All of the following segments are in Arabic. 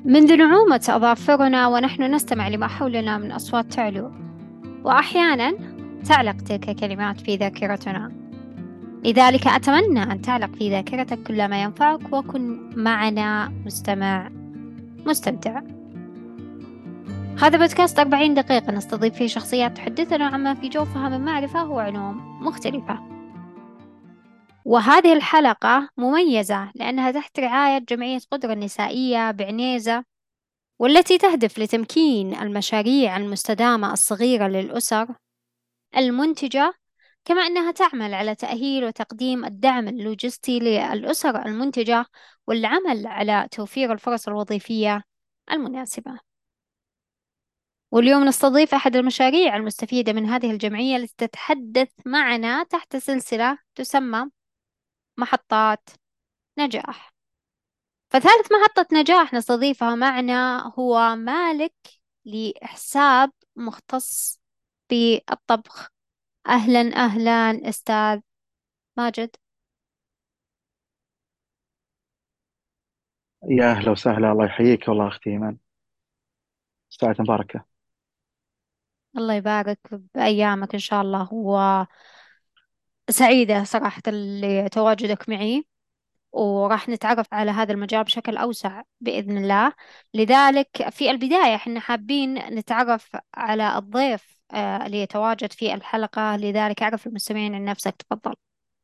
منذ نعومة أظافرنا ونحن نستمع لما حولنا من أصوات تعلو، وأحيانا تعلق تلك الكلمات في ذاكرتنا. لذلك أتمنى أن تعلق في ذاكرتك كل ما ينفعك، وكن معنا مستمع مستمتع. هذا بودكاست 40 دقيقة نستضيف فيه شخصيات تحدثنا عما في جوفها من معرفة وعلوم مختلفة. وهذه الحلقة مميزة لأنها تحت رعاية جمعية قدرة النسائية بعنيزة، والتي تهدف لتمكين المشاريع المستدامة الصغيرة للأسر المنتجة، كما أنها تعمل على تأهيل وتقديم الدعم اللوجستي للأسر المنتجة والعمل على توفير الفرص الوظيفية المناسبة. واليوم نستضيف أحد المشاريع المستفيدة من هذه الجمعية التي تتحدث معنا تحت سلسلة تسمى محطات نجاح. فثالث محطة نجاح نستضيفها معنا هو مالك لحساب مختص بالطبخ. أهلا أهلا أستاذ ماجد. يا أهلا وسهلا، الله يحييك والله أختي إيمان. ساعة مباركة. الله يبارك بأيامك إن شاء الله. وسعيدة صراحة لتواجدك معي، وراح نتعرف على هذا المجال بشكل أوسع بإذن الله. لذلك في البداية احنا حابين نتعرف على الضيف اللي يتواجد في الحلقة، لذلك أعرف المستمعين عن نفسك، تفضل.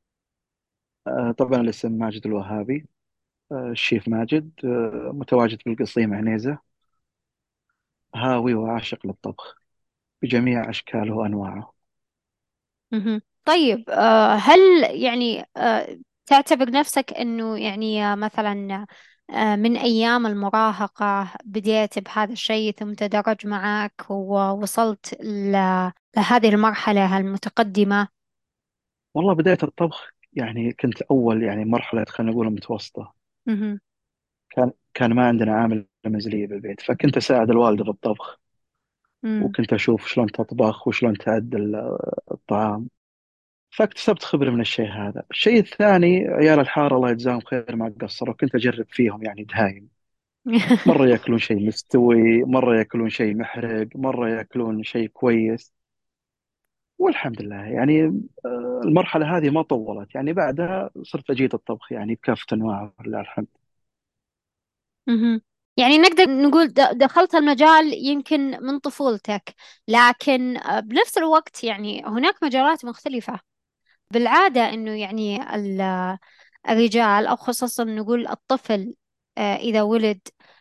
طبعا الاسم ماجد الوهابي. الشيف ماجد، متواجد في القصيم عنيزة. هاوي وعاشق للطبخ بجميع أشكاله وأنواعه. مهم. طيب، هل يعني تعتبر نفسك أنه يعني مثلا من أيام المراهقة بديت بهذا الشيء ثم تدرج معك ووصلت لهذه المرحلة المتقدمة؟ والله بداية الطبخ يعني كنت أول يعني مرحلة خلينا نقول متوسطة. مهم. كان ما عندنا عامل منزلية بالبيت، فكنت أساعد الوالدة بالطبخ، مم. وكنت أشوف شلون تطبخ وشلون تعدل الطعام. فاكتسبت خبرة من الشيء هذا. الشيء الثاني، عيال الحارة الله يجزاهم خير ما قصروا، كنت أجرب فيهم يعني دهايم. مرة ياكلون شيء مستوي، مرة ياكلون شيء محرق، مرة ياكلون شيء كويس. والحمد لله يعني المرحلة هذه ما طولت، يعني بعدها صرت أجيد الطبخ يعني بكافة أنواعه لله الحمد. مهم. يعني نقدر نقول دخلت المجال يمكن من طفولتك، لكن بنفس الوقت يعني هناك مجالات مختلفة. بالعادة إنه يعني الرجال، أو خصوصا نقول الطفل، إذا ولد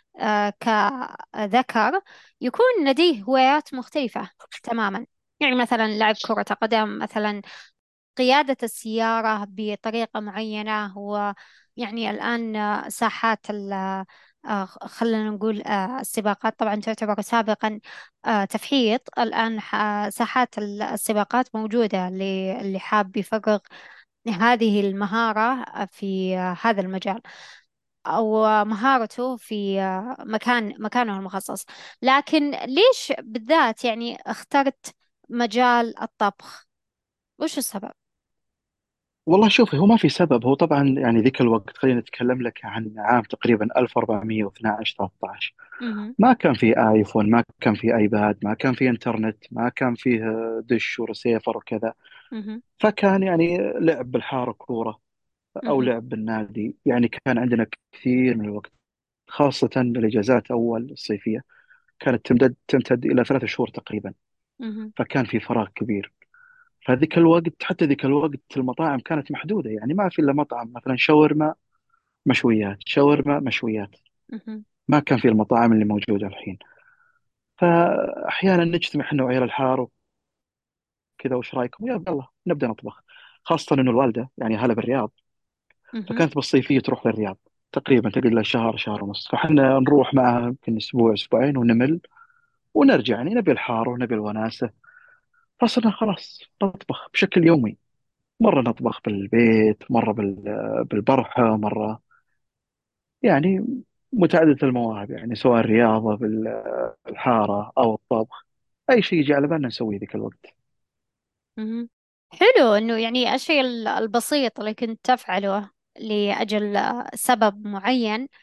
كذكر يكون لديه هوايات مختلفة تماما. يعني مثلا لعب كرة قدم، مثلا قيادة السيارة بطريقة معينة. هو يعني الآن ساحات خلينا نقول السباقات طبعا تعتبر سابقا تفحيط. الآن ساحات السباقات موجودة للي حاب يفرغ هذه المهارة في هذا المجال، أو مهارته في مكانه المخصص. لكن ليش بالذات يعني اخترت مجال الطبخ؟ وش السبب؟ والله شوفي، هو ما في سبب. هو طبعا يعني ذيك الوقت خلينا نتكلم لك عن عام تقريبا 1412 13. مهم. ما كان في آيفون، ما كان في آيباد، ما كان في إنترنت، ما كان فيه دش ورسيفر وكذا. مهم. فكان يعني لعب بالحارة كورة أو مهم. لعب بالنادي، يعني كان عندنا كثير من الوقت، خاصة الإجازات أول الصيفية كانت تمتد إلى 3 شهور تقريبا. مهم. فكان في فراغ كبير. فذيك الوقت، حتى ذيك الوقت المطاعم كانت محدودة، يعني ما في إلا مطعم مثلا شاورما مشويات، شاورما مشويات. مهم. ما كان في المطاعم اللي موجودة الحين. فأحيانا نجتمع احنا وعيال الحار وكذا، وش رايكم؟ يلا نبدأ نطبخ. خاصة إنه الوالدة يعني هلا بالرياض، مهم. فكانت بالصيفية تروح للرياض تقريبا، تقعد لها شهر شهر ونص. فاحنا نروح معها يمكن أسبوع أسبوعين ونمل ونرجع، يعني نبي الحار ونبي الوناسة. فصرنا خلاص نطبخ بشكل يومي. مرة نطبخ بالبيت، مرة بالبرحة، مرة يعني متعددة المواهب، يعني سواء الرياضة بالحارة أو الطبخ. أي شيء يجي على بالنا نسويه ذيك الوقت. مهم. حلو إنه يعني الشيء البسيط اللي كنت تفعله لأجل سبب معين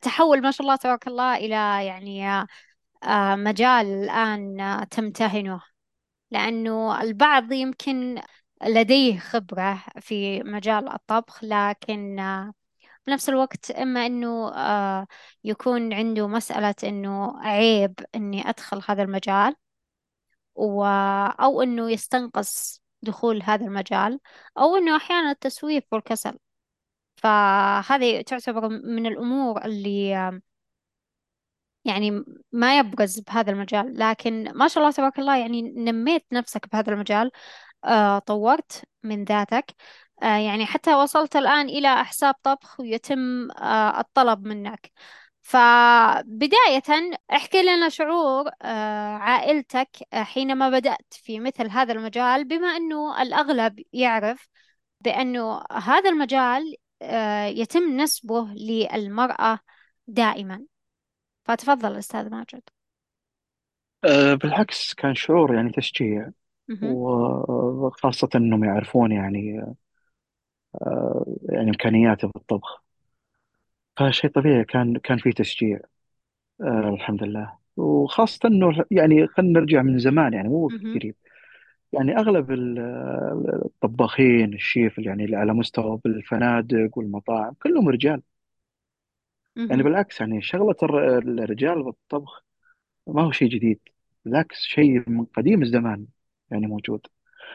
تحول ما شاء الله تبارك الله إلى يعني مجال الآن تمتهنه، لأنه البعض يمكن لديه خبرة في مجال الطبخ، لكن بنفس الوقت إما إنه يكون عنده مسألة إنه عيب إني أدخل هذا المجال، أو إنه يستنقص دخول هذا المجال، أو إنه أحيانا التسويف والكسل. فهذه تعتبر من الأمور اللي يعني ما يبرز بهذا المجال. لكن ما شاء الله تبارك الله يعني نميت نفسك بهذا المجال، طورت من ذاتك، يعني حتى وصلت الآن إلى حساب طبخ ويتم الطلب منك. فبداية احكي لنا شعور عائلتك حينما بدأت في مثل هذا المجال، بما أنه الأغلب يعرف بأنه هذا المجال يتم نسبه للمرأة دائما. فتفضل أستاذ ماجد. بالعكس كان شعور يعني تشجيع، مهم. وخاصة انهم يعرفون يعني امكانياتي في الطبخ، فشيء طبيعي كان في تشجيع. الحمد لله. وخاصة انه يعني خلينا نرجع من زمان، يعني مو وقت مهم. قريب. يعني اغلب الطباخين الشيف اللي على مستوى بالفنادق والمطاعم كلهم رجال. يعني مهم. بالعكس، يعني شغلة الرجال بالطبخ ما هو شيء جديد، بالعكس شيء من قديم الزمان يعني موجود.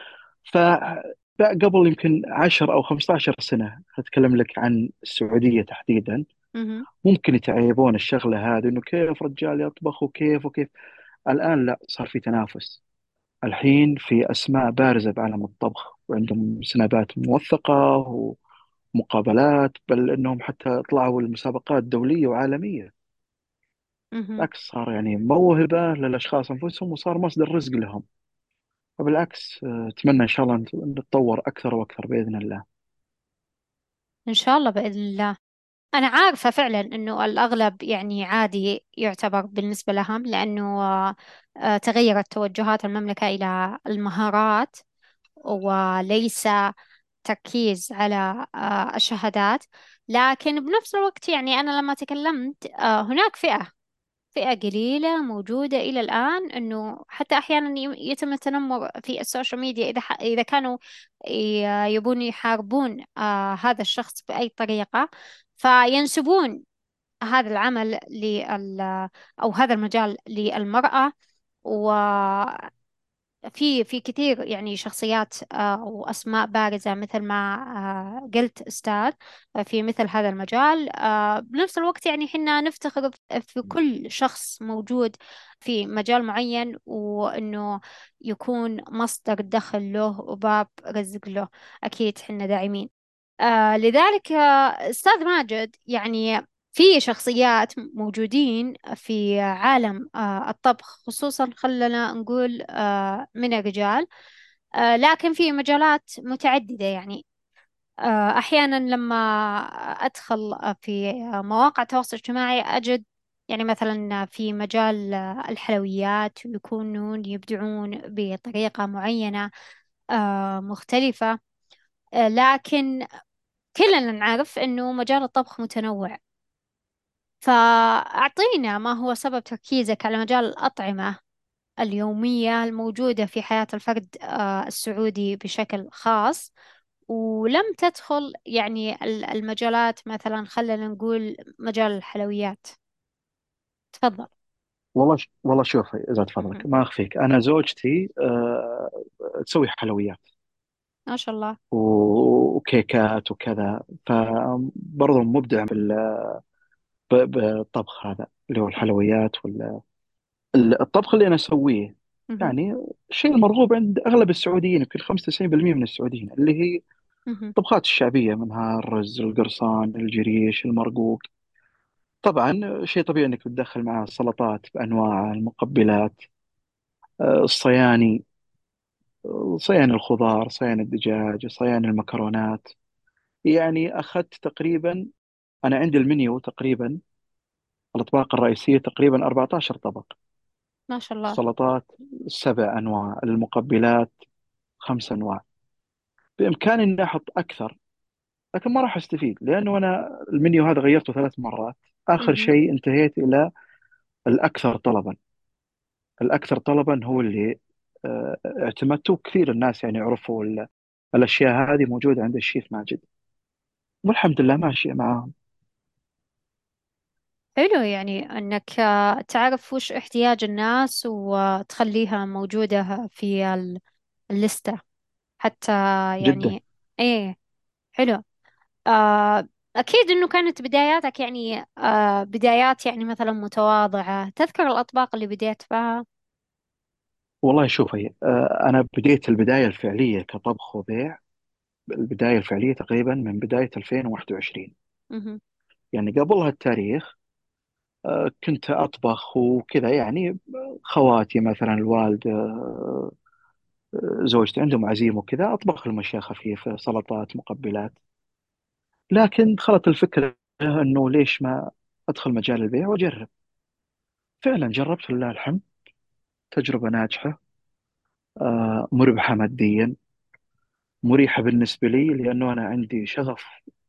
فقبل يمكن 10 أو 15 سنة، أتكلم لك عن السعودية تحديدا، مهم. ممكن يتعيبون الشغلة هذه إنه كيف رجال يطبخ وكيف وكيف. الآن لا، صار في تنافس. الحين في أسماء بارزة بعالم الطبخ، وعندهم سنابات موثقة ومقابلات، بل إنهم حتى طلعوا المسابقات دولية وعالمية. مهم. بالعكس صار يعني موهبة للأشخاص أنفسهم، وصار مصدر رزق لهم. فبالعكس أتمنى إن شاء الله نتطور أكثر وأكثر بإذن الله. إن شاء الله بإذن الله. أنا عارفة فعلا أنه الأغلب يعني عادي يعتبر بالنسبة لهم، لأنه تغيرت توجهات المملكة إلى المهارات، وليس تركيز على الشهادات. لكن بنفس الوقت يعني أنا لما تكلمت، هناك فئة قليلة موجودة إلى الآن، إنه حتى أحيانا يتم التنمر في السوشيال ميديا إذا كانوا يبون يحاربون هذا الشخص بأي طريقة، فينسبون هذا العمل أو هذا المجال للمرأة. في كثير يعني شخصيات وأسماء بارزة مثل ما قلت أستاذ في مثل هذا المجال. بنفس الوقت يعني حنا نفتخر في كل شخص موجود في مجال معين، وإنه يكون مصدر دخل له وباب رزق له. أكيد حنا داعمين. لذلك أستاذ ماجد، يعني في شخصيات موجودين في عالم الطبخ، خصوصا خلنا نقول من الرجال، لكن في مجالات متعددة. يعني أحيانا لما أدخل في مواقع التواصل الاجتماعي أجد يعني مثلا في مجال الحلويات يكونون يبدعون بطريقة معينة مختلفة. لكن كلنا نعرف إنه مجال الطبخ متنوع. فأعطينا ما هو سبب تركيزك على مجال الأطعمة اليومية الموجودة في حياة الفرد السعودي بشكل خاص، ولم تدخل يعني المجالات، مثلا خلينا نقول مجال الحلويات. تفضل. والله شوف، إذا مهم. تفضلك ما أخفيك، أنا زوجتي تسوي حلويات ما شاء الله. وكيكات وكذا، فبرضه مبدع بالطبخ هذا اللي هو الحلويات، الطبخ اللي أنا أسويه مهم. يعني الشيء المرغوب عند أغلب السعوديين، يمكن 95% من السعوديين، اللي هي مهم. الطبخات الشعبية، منها الرز، القرصان، الجريش، المرقوق. طبعا شيء طبيعي انك بتدخل معاه السلطات بانواعها، المقبلات، الصياني، صياني الخضار، صياني الدجاج، صياني المكرونات. يعني اخذت تقريبا، انا عندي المنيو تقريبا، الاطباق الرئيسيه تقريبا 14 طبق. ما شاء الله. السلطات 7 انواع، المقبلات 5 انواع. بامكاني اني احط اكثر، لكن ما راح استفيد، لانه انا المنيو هذا غيرته 3 مرات. آخر مهم. شيء انتهيت إلى الأكثر طلبا. الأكثر طلبا هو اللي اعتمدته. كثير الناس يعني عرفوا الأشياء هذه موجودة عند الشيف ماجد، والحمد لله ماشية معاهم. حلو يعني انك تعرف وش احتياج الناس وتخليها موجودة في الليستة حتى جدا. يعني. ايه، حلو. آه، اكيد انه كانت بداياتك يعني بدايات يعني مثلا متواضعة. تذكر الاطباق اللي بديت بها؟ والله شوفي، أنا بديت البداية الفعلية كطبخ وبيع، البداية الفعلية تقريبا من بداية 2021. مهم. يعني قبلها التاريخ كنت أطبخ وكذا يعني. خواتي مثلا، الوالدة، زوجتي عندهم عزيمة وكذا، أطبخ لهم أشياء خفيفة، سلطات، مقبلات. لكن دخلت الفكرة أنه ليش ما أدخل مجال البيع وأجرب. فعلا جربت لله الحمد. تجربة ناجحة، مربحة ماديا، مريحة بالنسبة لي، لأنه أنا عندي شغف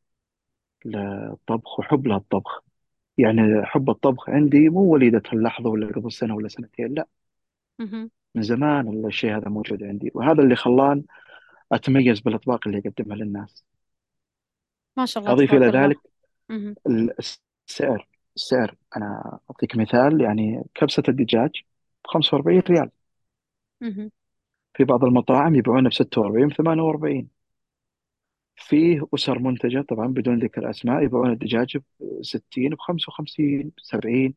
للطبخ وحب للطبخ. يعني حب الطبخ عندي مو وليدة اللحظة ولا قبل سنة ولا سنتين، لا، مهم. من زمان الشيء هذا موجود عندي، وهذا اللي خلاني أتميز بالأطباق اللي أقدمها للناس. ما شاء الله أضيف إلى تبارك الله. ذلك مهم. السعر. السعر أنا أعطيك مثال، يعني كبسة الدجاج ب 45 ريال، مهم. في بعض المطاعم يبيعونها ب 46 ب 48. فيه أسر منتجة طبعا بدون ذكر أسماء يبيعون الدجاج ب 60 ب 55 ب 70.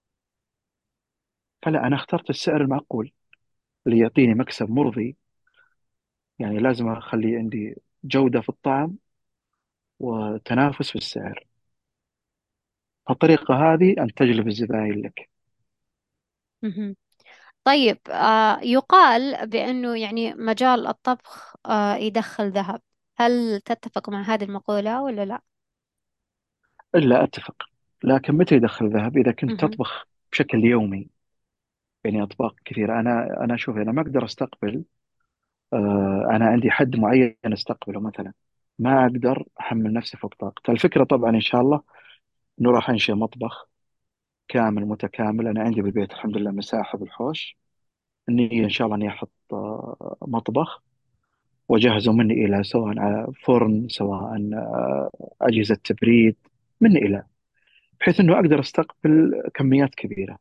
فلا، أنا اخترت السعر المعقول اللي يعطيني مكسب مرضي. يعني لازم أخلي عندي جودة في الطعم وتنافس في السعر. الطريقة هذه أن تجلب الزبائن لك. مهم. طيب، يقال بأنه يعني مجال الطبخ يدخل ذهب. هل تتفق مع هذه المقولة ولا لا؟ إلا أتفق. لكن متى يدخل ذهب؟ إذا كنت مهم. تطبخ بشكل يومي، يعني أطباق كثيرة. أنا أشوف أنا ما أقدر أستقبل، أنا عندي حد معين أستقبله مثلا، ما أقدر أحمل نفسي فوق طاقتي. الفكرة طبعا إن شاء الله إنه راح أنشئ مطبخ كامل متكامل. أنا عندي بالبيت الحمد لله مساحة بالحوش، إني إن شاء الله إني أحط مطبخ وأجهزه مني إلى، سواء على فرن، سواء أجهزة تبريد، مني إلى، بحيث إنه أقدر أستقبل كميات كبيرة.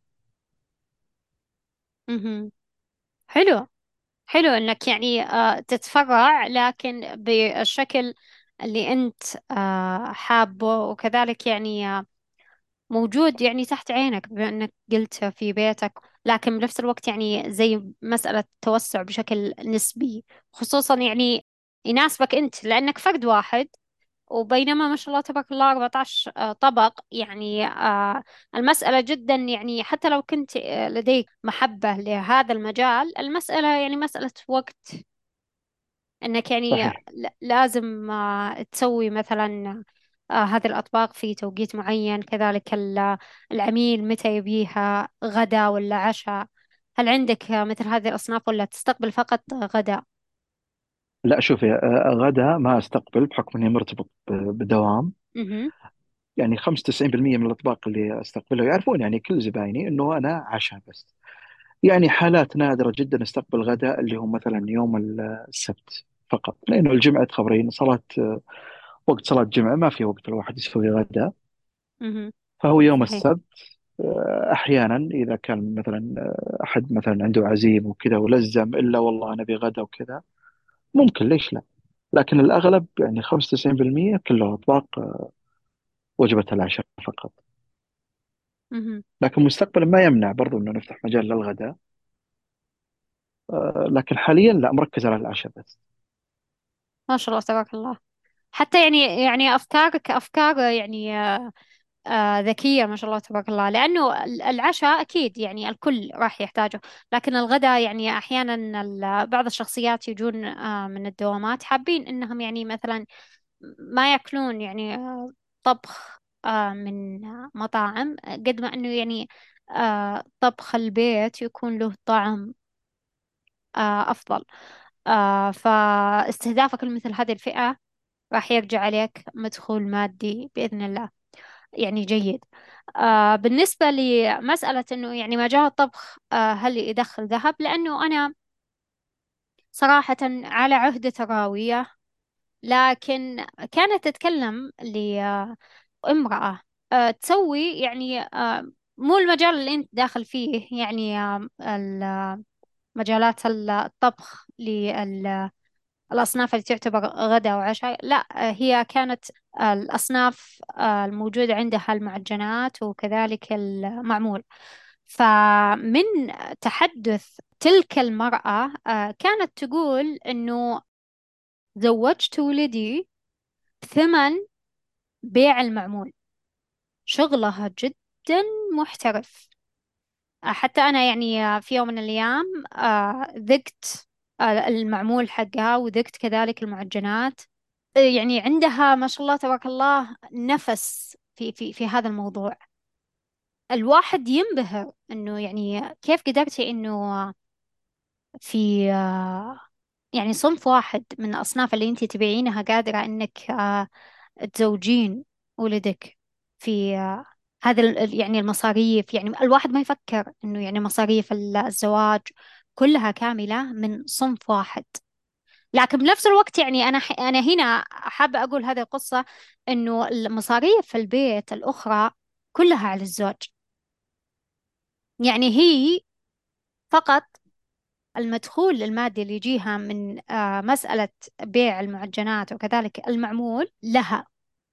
مهم. حلو. حلو انك يعني تتفرع لكن بالشكل اللي انت حابه، وكذلك يعني موجود يعني تحت عينك بما انك قلت في بيتك، لكن بنفس الوقت يعني زي مسألة توسع بشكل نسبي، خصوصا يعني يناسبك انت لانك فرد واحد. وبينما ما شاء الله تبارك الله 14 طبق يعني المسألة جدا يعني حتى لو كنت لديك محبة لهذا المجال، المسألة يعني مسألة وقت. انك يعني صحيح. لازم تسوي مثلا هذه الأطباق في توقيت معين، كذلك العميل متى يبيها، غدا ولا عشاء. هل عندك مثل هذه الأصناف ولا تستقبل فقط غدا؟ لا شوفي، غدا ما استقبل بحكم اني مرتبط بدوام. مهم. يعني 95% من الاطباق اللي استقبلها يعرفون، يعني كل زبايني، انه انا عشاء بس. يعني حالات نادرة جدا استقبل غداء، اللي هو مثلا يوم السبت فقط، لانه الجمعة تخبرين صلاة، وقت صلاة الجمعة ما في وقت الواحد يسوي غداء. مهم. فهو يوم صحيح. السبت. احيانا اذا كان مثلا احد مثلا عنده عزيمه وكذا ولزم، الا والله نبي غدا وكذا، ممكن، ليش لا. لكن الأغلب يعني 95% كله أطباق وجبة العشاء فقط. مهم. لكن مستقبلا ما يمنع برضو أنه نفتح مجال للغداء، لكن حاليا لا، مركز على العشاء بس. ما شاء الله تبارك الله. حتى يعني أفكارك أفكار يعني ذكية ما شاء الله تبارك الله، لأنه العشاء أكيد يعني الكل راح يحتاجه، لكن الغداء يعني أحيانا بعض الشخصيات يجون من الدوامات حابين إنهم يعني مثلا ما ياكلون يعني طبخ من مطاعم، قد ما إنه يعني طبخ البيت يكون له طعم أفضل. فاستهدافك لمثل هذه الفئة راح يرجع عليك مدخول مادي بإذن الله. يعني جيد. بالنسبة لمسألة إنه يعني مجال الطبخ هل يدخل ذهب؟ لأنه أنا صراحة على عهدة الراوية، لكن كانت تتكلم لامرأة تسوي يعني مو المجال اللي أنت داخل فيه، يعني مجالات الطبخ الأصناف اللي تعتبر غداء وعشاء، لا هي كانت الأصناف الموجودة عندها المعجنات وكذلك المعمول. فمن تحدث تلك المرأة كانت تقول إنه زوجت ولدي ثمن بيع المعمول. شغلها جدا محترف. حتى أنا يعني في يوم من الأيام ذقت المعمول حقها، وذقت كذلك المعجنات. يعني عندها ما شاء الله تبارك الله نفس في هذا الموضوع. الواحد ينبهر إنه يعني كيف قدرتي إنه في يعني صنف واحد من الأصناف اللي أنت تبيعينها قادرة إنك تزوجين ولدك في هذا يعني المصاريف. يعني الواحد ما يفكر إنه يعني مصاريف الزواج كلها كاملة من صنف واحد. لكن بنفس الوقت يعني أنا هنا حابة أقول هذه القصة، إنه المصاريف البيت الأخرى كلها على الزوج. يعني هي فقط المدخول المادي اللي يجيها من مسألة بيع المعجنات وكذلك المعمول لها.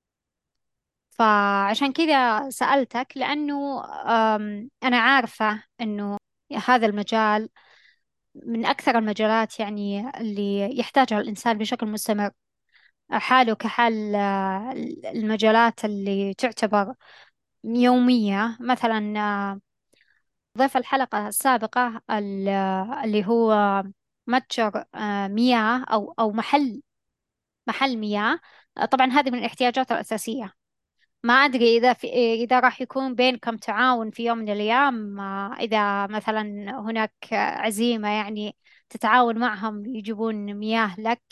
فعشان كذا سألتك، لأنه أنا عارفة أنه هذا المجال من أكثر المجالات يعني اللي يحتاجها الإنسان بشكل مستمر، حاله كحال المجالات اللي تعتبر يومية. مثلا ضيف الحلقة السابقة اللي هو متجر مياه أو محل مياه. طبعا هذه من الاحتياجات الأساسية. ما أدري إذا راح يكون بينكم تعاون في يوم من الأيام، إذا مثلا هناك عزيمة يعني تتعاون معهم يجيبون مياه لك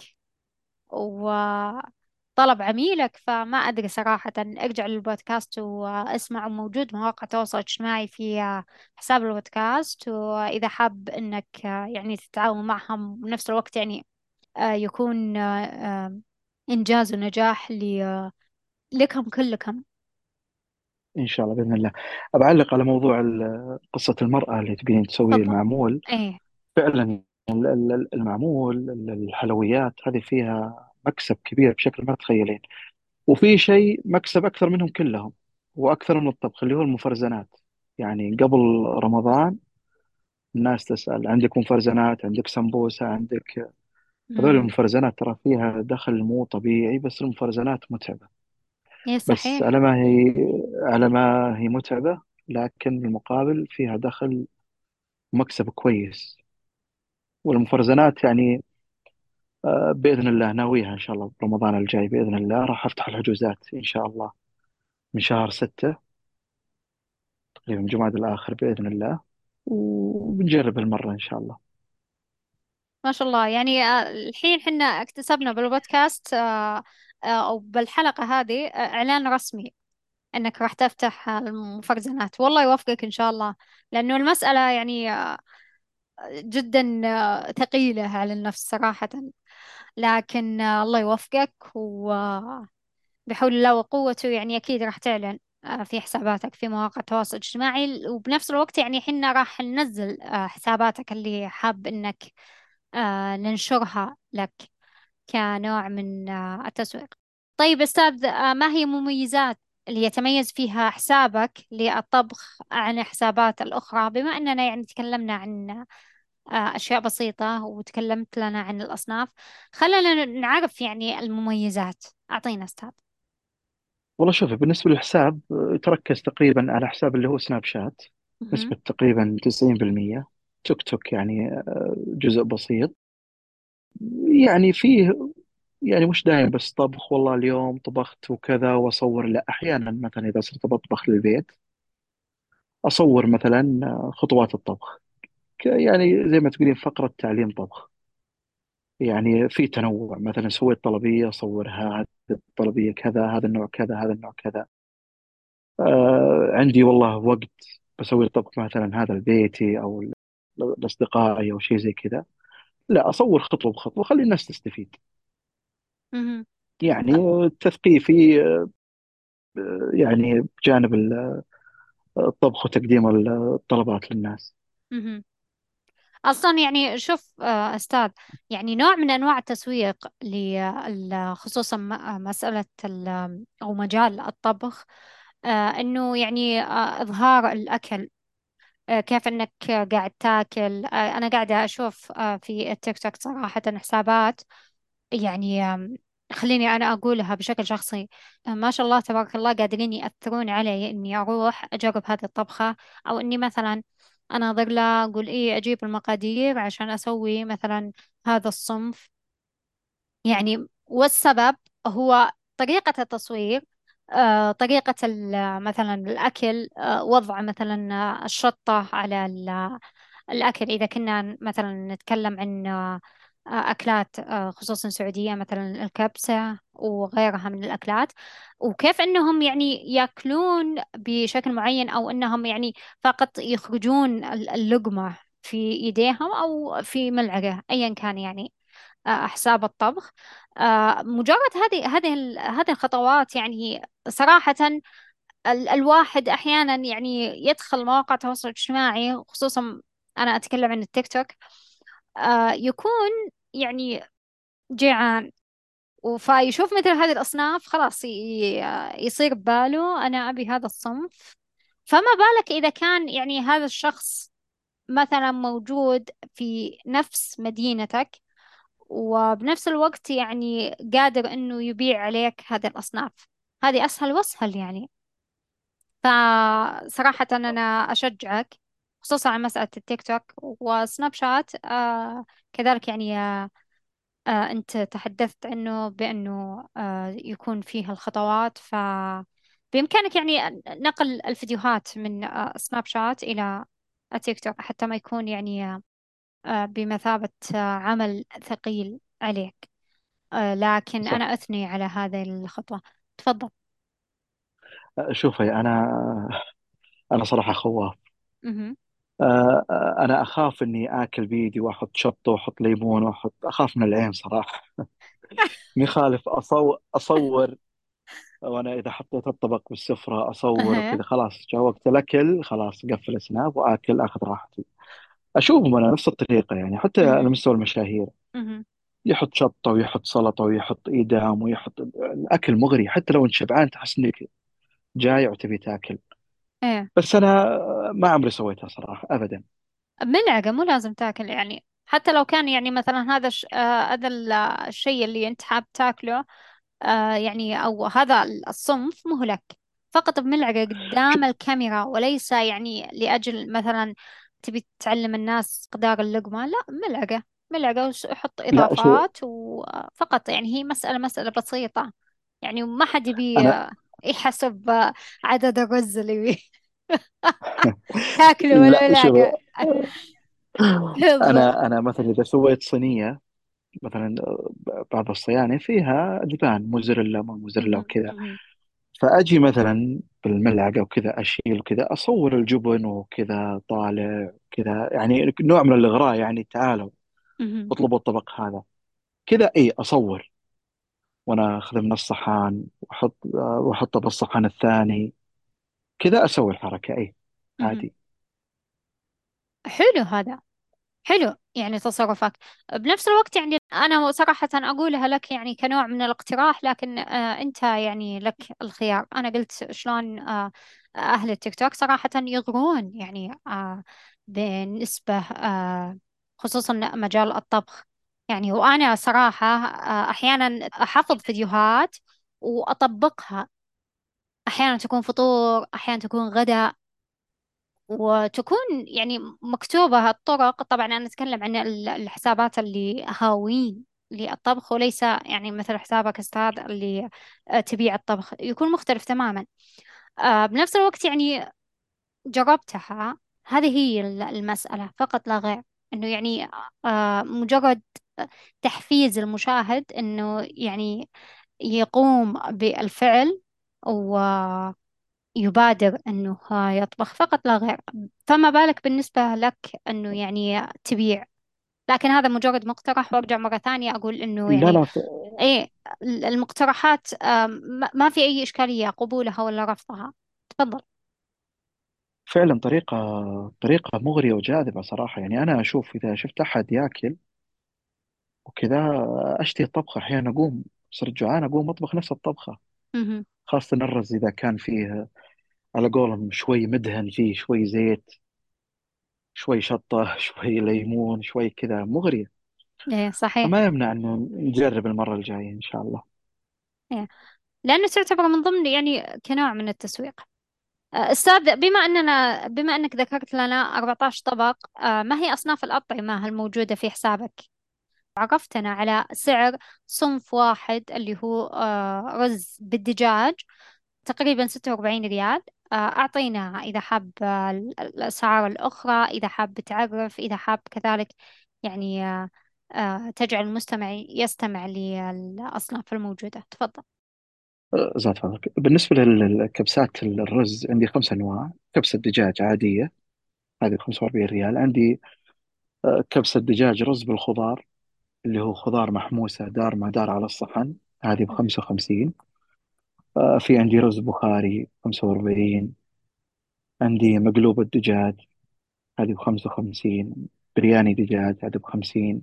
وطلب عميلك. فما أدري صراحة. ارجع للبودكاست واسمع، موجود مواقع التواصل الاجتماعي في حساب البودكاست، وإذا حاب إنك يعني تتعاون معهم بنفس الوقت يعني يكون إنجاز ونجاح لكم كلكم. إن شاء الله بإذن الله. أبعلق على موضوع قصة المرأة اللي تبين تسوي تفضل. المعمول. إيه. فعلا المعمول، الحلويات هذه فيها مكسب كبير بشكل ما تتخيلين. وفي شيء مكسب أكثر منهم كلهم وأكثر من الطبخ، اللي هو المفرزنات. يعني قبل رمضان الناس تسأل عندك مفرزنات، عندك سمبوسة، عندك. هذول مم. المفرزنات ترى فيها دخل مو طبيعي، بس المفرزنات متعبة. إيه بس صحيح. على ما هي متعبة، لكن بالمقابل فيها دخل مكسب كويس. والمفرزنات يعني بإذن الله ناويها إن شاء الله برمضان الجاي بإذن الله راح أفتح الحجوزات إن شاء الله من شهر 6 تقريبا، جماد الآخر بإذن الله. وبنجرب المرة إن شاء الله. ما شاء الله. يعني الحين حنا اكتسبنا بالبودكاست أو بالحلقة هذه إعلان رسمي أنك راح تفتح المفرزنات. والله يوفقك إن شاء الله، لأنه المسألة يعني جدا ثقيلة على النفس صراحة. لكن الله يوفقك، وبحول الله وقوته يعني أكيد راح تعلن في حساباتك في مواقع التواصل الاجتماعي. وبنفس الوقت يعني حنا راح ننزل حساباتك اللي حاب إنك ننشرها لك كنوع من التسويق. طيب أستاذ، ما هي مميزات اللي يتميز فيها حسابك للطبخ عن الحسابات الأخرى؟ بما أننا يعني تكلمنا عن أشياء بسيطة وتكلمت لنا عن الأصناف، خلينا نعرف يعني المميزات. أعطينا أستاذ. والله شوفي، بالنسبة للحساب تركز تقريبا على حساب اللي هو سناب شات مهم. نسبة تقريبا 90%. توك توك يعني جزء بسيط. يعني فيه يعني مش دائما بس طبخ، والله اليوم طبخت وكذا واصور. لا، احيانا مثلا اذا صرت بطبخ للبيت اصور مثلا خطوات الطبخ. يعني زي ما تقولين فقرة تعليم طبخ. يعني في تنوع، مثلا سويت طلبية اصورها، هذه الطلبية كذا، هذا النوع كذا، هذا النوع كذا. عندي والله وقت بسوي طبخ مثلا هذا لبيتي أو لأصدقائي أو شيء زي كذا، لا أصور خطوة بخطوة وأخلي الناس تستفيد. مهم. يعني تثقيفي، يعني بجانب الطبخ وتقديم الطلبات للناس. مهم. أصلا يعني شوف أستاذ، يعني نوع من أنواع التسويق خصوصا مسألة أو مجال الطبخ، إنه يعني إظهار الأكل، كيف إنك قاعد تاكل. أنا قاعدة أشوف في التيك توك صراحة حسابات، يعني خليني أنا أقولها بشكل شخصي، ما شاء الله تبارك الله قادرين يأثرون علي إني أروح أجرب هذه الطبخة، أو إني مثلا أناظر له أقول إيه أجيب المقادير عشان أسوي مثلا هذا الصنف. يعني والسبب هو طريقة التصوير، طريقة مثلا الأكل، وضع مثلا الشطة على الأكل، إذا كنا مثلا نتكلم عن أكلات خصوصا سعودية، مثلا الكبسة وغيرها من الأكلات، وكيف أنهم يعني يأكلون بشكل معين، أو أنهم يعني فقط يخرجون اللقمة في يديهم أو في ملعقة أيا كان، يعني حساب الطبخ. مجرد هذه الخطوات، يعني صراحة الواحد أحيانا يعني يدخل مواقع التواصل الاجتماعي، خصوصا أنا أتكلم عن التيك توك، يكون يعني جيعان، فيشوف مثل هذه الأصناف، خلاص يصير بباله أنا أبي هذا الصنف. فما بالك إذا كان يعني هذا الشخص مثلا موجود في نفس مدينتك، وبنفس الوقت يعني قادر إنه يبيع عليك هذه الأصناف. هذه أسهل وأسهل يعني. فصراحة أنا أشجعك، خصوصا على مسألة التيك توك وسناب شات، كذلك يعني أنت تحدثت عنه بأنه يكون فيه الخطوات، بإمكانك يعني نقل الفيديوهات من سناب شات إلى التيك توك، حتى ما يكون يعني بمثابة عمل ثقيل عليك. لكن أنا صح. أثني على هذه الخطوة. تفضل. شوفي، أنا صراحة خواف. مهم. أنا أخاف إني آكل بيدي وأحط شطة وأحط ليمون أخاف من العين صراحة. مي خالف أصور، وأنا إذا حطيت الطبق بالسفرة أصور أها. وكذا، خلاص جاء وقت الأكل خلاص أقفل سناب وآكل أخذ راحتي. أشوفهم أنا نفس الطريقة، يعني حتى على مهم. مستوى المشاهير، مهم. يحط شطة ويحط سلطة ويحط إيدام ويحط الأكل مغري، حتى لو أنت شبعان تحس إنك جايع وتبي تاكل. إيه. بس أنا ما عمري سويتها صراحة أبدا. ملعقة، مو لازم تاكل يعني، حتى لو كان يعني مثلا هذا الشيء اللي أنت حاب تاكله، يعني أو هذا الصنف مهلك، فقط بملعقة قدام الكاميرا، وليس يعني لأجل مثلا تبي تعلم الناس قدار اللقمة، لا، ملعقة ملعقة، وحط لا شو، إضافات وفقط. يعني هي مسألة بسيطة، يعني ما حد يبي أنا يحسب عدد الرز اللي تاكله لا شوف، بالملعقة. بالضبط. أنا مثلا إذا سويت صينية مثلا، بعض الصياني فيها جبان موزاريلا ما موزاريلا مهم. وكذا، مهم. فأجي مثلا بالملعقة وكذا أشيل وكذا أصور الجبن وكذا طالع كذا، يعني نوع من الإغراء، يعني تعالوا مهم. اطلبوا الطبق هذا كذا، اي اصور وانا اخذ من الصحان واحطه بالصحن الثاني، كذا اسوي الحركه، اي مهم. عادي. حلو هذا، حلو يعني تصرفك. بنفس الوقت يعني أنا صراحة أقولها لك يعني كنوع من الاقتراح، لكن أنت يعني لك الخيار. أنا قلت شلون أهل التيك توك صراحة يغرون يعني بالنسبة خصوصا مجال الطبخ. يعني وأنا صراحة أحيانا أحفظ فيديوهات وأطبقها، أحيانا تكون فطور، أحيانا تكون غداء، وتكون يعني مكتوبة الطرق. طبعا أنا أتكلم عن الحسابات اللي هاوين للطبخ، وليس يعني مثل حسابك أستاذ اللي تبيع الطبخ، يكون مختلف تماما. بنفس الوقت يعني جربتها. هذه هي المسألة فقط لا غير، إنه يعني مجرد تحفيز المشاهد إنه يعني يقوم بالفعل، يبادر أنه يطبخ فقط لا غير، فما بالك بالنسبة لك أنه يعني تبيع. لكن هذا مجرد مقترح، وأرجع مرة ثانية أقول أنه لا يعني لا، إيه، المقترحات ما في أي إشكالية قبولها ولا رفضها. تفضل. فعلا طريقة مغرية وجاذبة صراحة. يعني أنا أشوف إذا شفت أحد ياكل وكذا أشتهي الطبخ أحيانا، أقوم صرت جوعان أقوم أطبخ نفس الطبخة. مهم. خاصة الرز إذا كان فيه على قولهم شوي مدهن، فيه شوي زيت، شوي شطة شوي ليمون، شوي كذا، مغرية. إيه صحيح. فما يمنع إنه نجرب المرة الجاية إن شاء الله. إيه. لأنه تعتبر من ضمن يعني كنوع من التسويق. أستاذ، بما أنك ذكرت لنا 14 طبق، ما هي أصناف الأطعمة الموجودة في حسابك؟ عرفتنا على سعر صنف واحد اللي هو رز بالدجاج، تقريبا 46 ريال. أعطينا إذا حاب الأسعار الأخرى، إذا حاب تعرف، إذا حاب كذلك يعني تجعل المستمع يستمع للأصناف الموجودة. تفضل. زاد فضلك. بالنسبة للكبسات الرز عندي 5 أنواع. كبسة دجاج عادية هذه ب 45 ريال. عندي كبسة دجاج رز بالخضار، اللي هو خضار محموسة دار ما دار على الصحن، هذه ب مهم. 55. في عندي رز بخاري 45. عندي مقلوبة دجاج هذه ب 55. برياني دجاج هذه ب 50.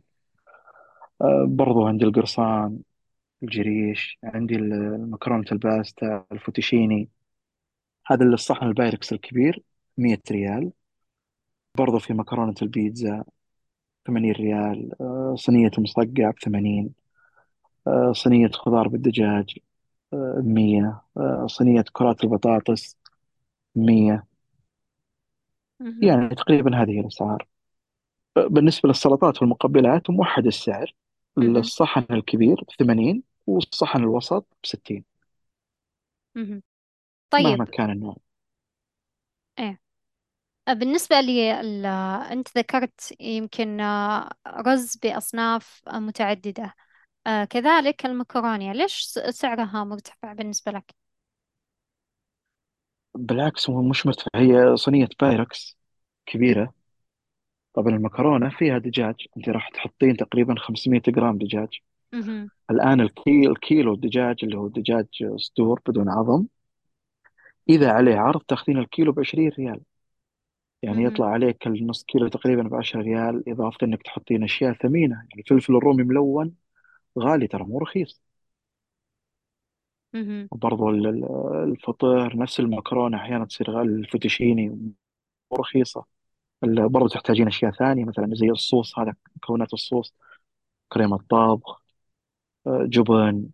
برضو عندي القرصان، الجريش، عندي المكرونة الباستا، الفوتوشيني، هذا اللي الصحن البايركس الكبير 100 ريال. برضو في مكرونة البيتزا 80 ريال. صينية مصقع ب 80. صينية خضار بالدجاج 100. صينية كرات البطاطس 100. مهم. يعني تقريبا هذه الأسعار. بالنسبة للسلطات والمقبلات موحد السعر. مهم. الصحن الكبير ب 80 والصحن الوسط ب 60، مهم. مهما طيب. كان النوع. إيه. بالنسبة لي أنت ذكرت يمكن رز بأصناف متعددة، كذلك المكرونة، ليش سعرها مرتفع بالنسبة لك؟ بالعكس هو مش مرتفع، هي صينية بايركس كبيرة. طبعا المكرونة فيها دجاج، أنت راح تحطين تقريبا 500 جرام دجاج. مهم. الآن الكيلو الدجاج اللي هو دجاج صدور بدون عظم، إذا عليه عرض تاخذين الكيلو ب 20 ريال. يعني مهم. يطلع عليك النص كيلو تقريبا ب 10 ريال، إضافة إنك تحطين أشياء ثمينة. يعني الفلفل الرومي ملون غالي ترى، مو رخيص. مهم. وبرضو الفطير نفس المكرونة أحيانا تصير غالي، الفوتوشيني مو رخيصة. برضو تحتاجين أشياء ثانية مثلا زي الصوص، هذا مكونات الصوص، كريمة طبخ، جبن،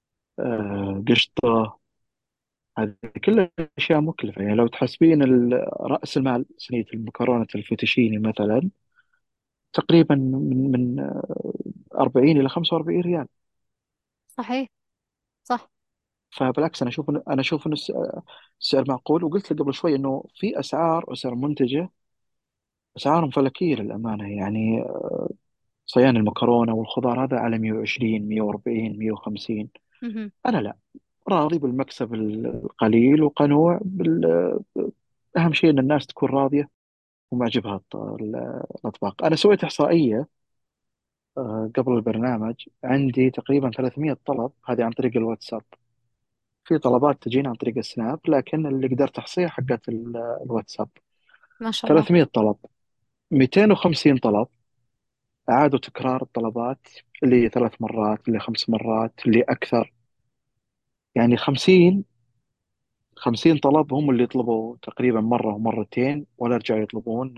قشطة. هذه كلها أشياء مكلفة. يعني لو تحسبين رأس المال صينية المكرونة الفوتوشيني مثلا تقريبا من 40 إلى 45 ريال. صحيح. صح. فبالعكس أنا أشوف إنه السعر معقول. وقلت لك قبل شوي إنه في أسعار منتجة أسعارهم فلكية للأمانة. يعني صيان المكرونة والخضار هذا على 120 140 150. مهم. أنا لا، راضي بالمكسب القليل وقنوع أهم شيء إن الناس تكون راضية ومعجبها الأطباق. أنا سويت إحصائية قبل البرنامج، عندي تقريبا 300 طلب، هذه عن طريق الواتساب. في طلبات تجينا عن طريق السناب، لكن اللي قدرت أحصيها حقت الواتساب. ما شاء الله. 300 طلب، 250 طلب أعادوا تكرار الطلبات، اللي 3 مرات، اللي 5 مرات، اللي أكثر. يعني 50 طلب هم اللي يطلبوا تقريبا مرة ومرتين، ولا رجعوا يطلبون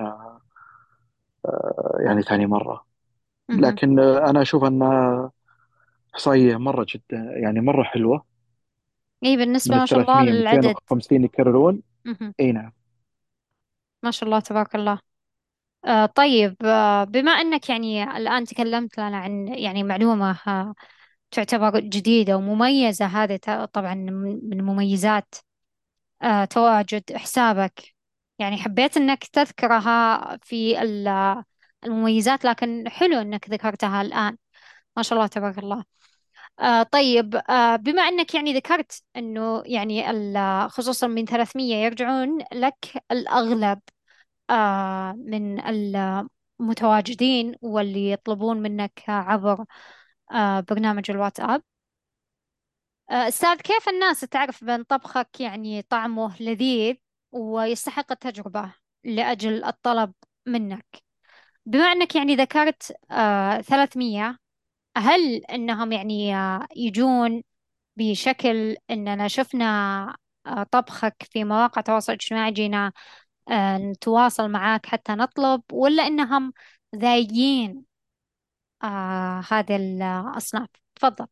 يعني ثاني مرة. مهم. لكن أنا أشوف أنها إحصائية مرة جدا، يعني مرة حلوة. إيه، من بالنسبة ما ال شاء الله 300 للعدد. 250 يكررون. مهم. أي نعم. ما شاء الله تبارك الله. طيب، بما أنك يعني الآن تكلمت لنا عن يعني معلومة تعتبر جديدة ومميزة، هذه طبعا من مميزات تواجد حسابك، يعني حبيت أنك تذكرها في المميزات، لكن حلو أنك ذكرتها الآن. ما شاء الله تبارك الله. طيب، بما أنك يعني ذكرت أنه يعني خصوصا من 300 يرجعون لك الأغلب من المتواجدين واللي يطلبون منك عبر برنامج الواتساب. أستاذ، كيف الناس تعرف بأن طبخك يعني طعمه لذيذ ويستحق التجربة لأجل الطلب منك؟ بما أنك يعني ذكرت 300، هل أنهم يعني يجون بشكل أننا شفنا طبخك في مواقع التواصل الاجتماعي، جينا نتواصل معاك حتى نطلب، ولا إنهم ذايقين هذه الأصناف؟ تفضل.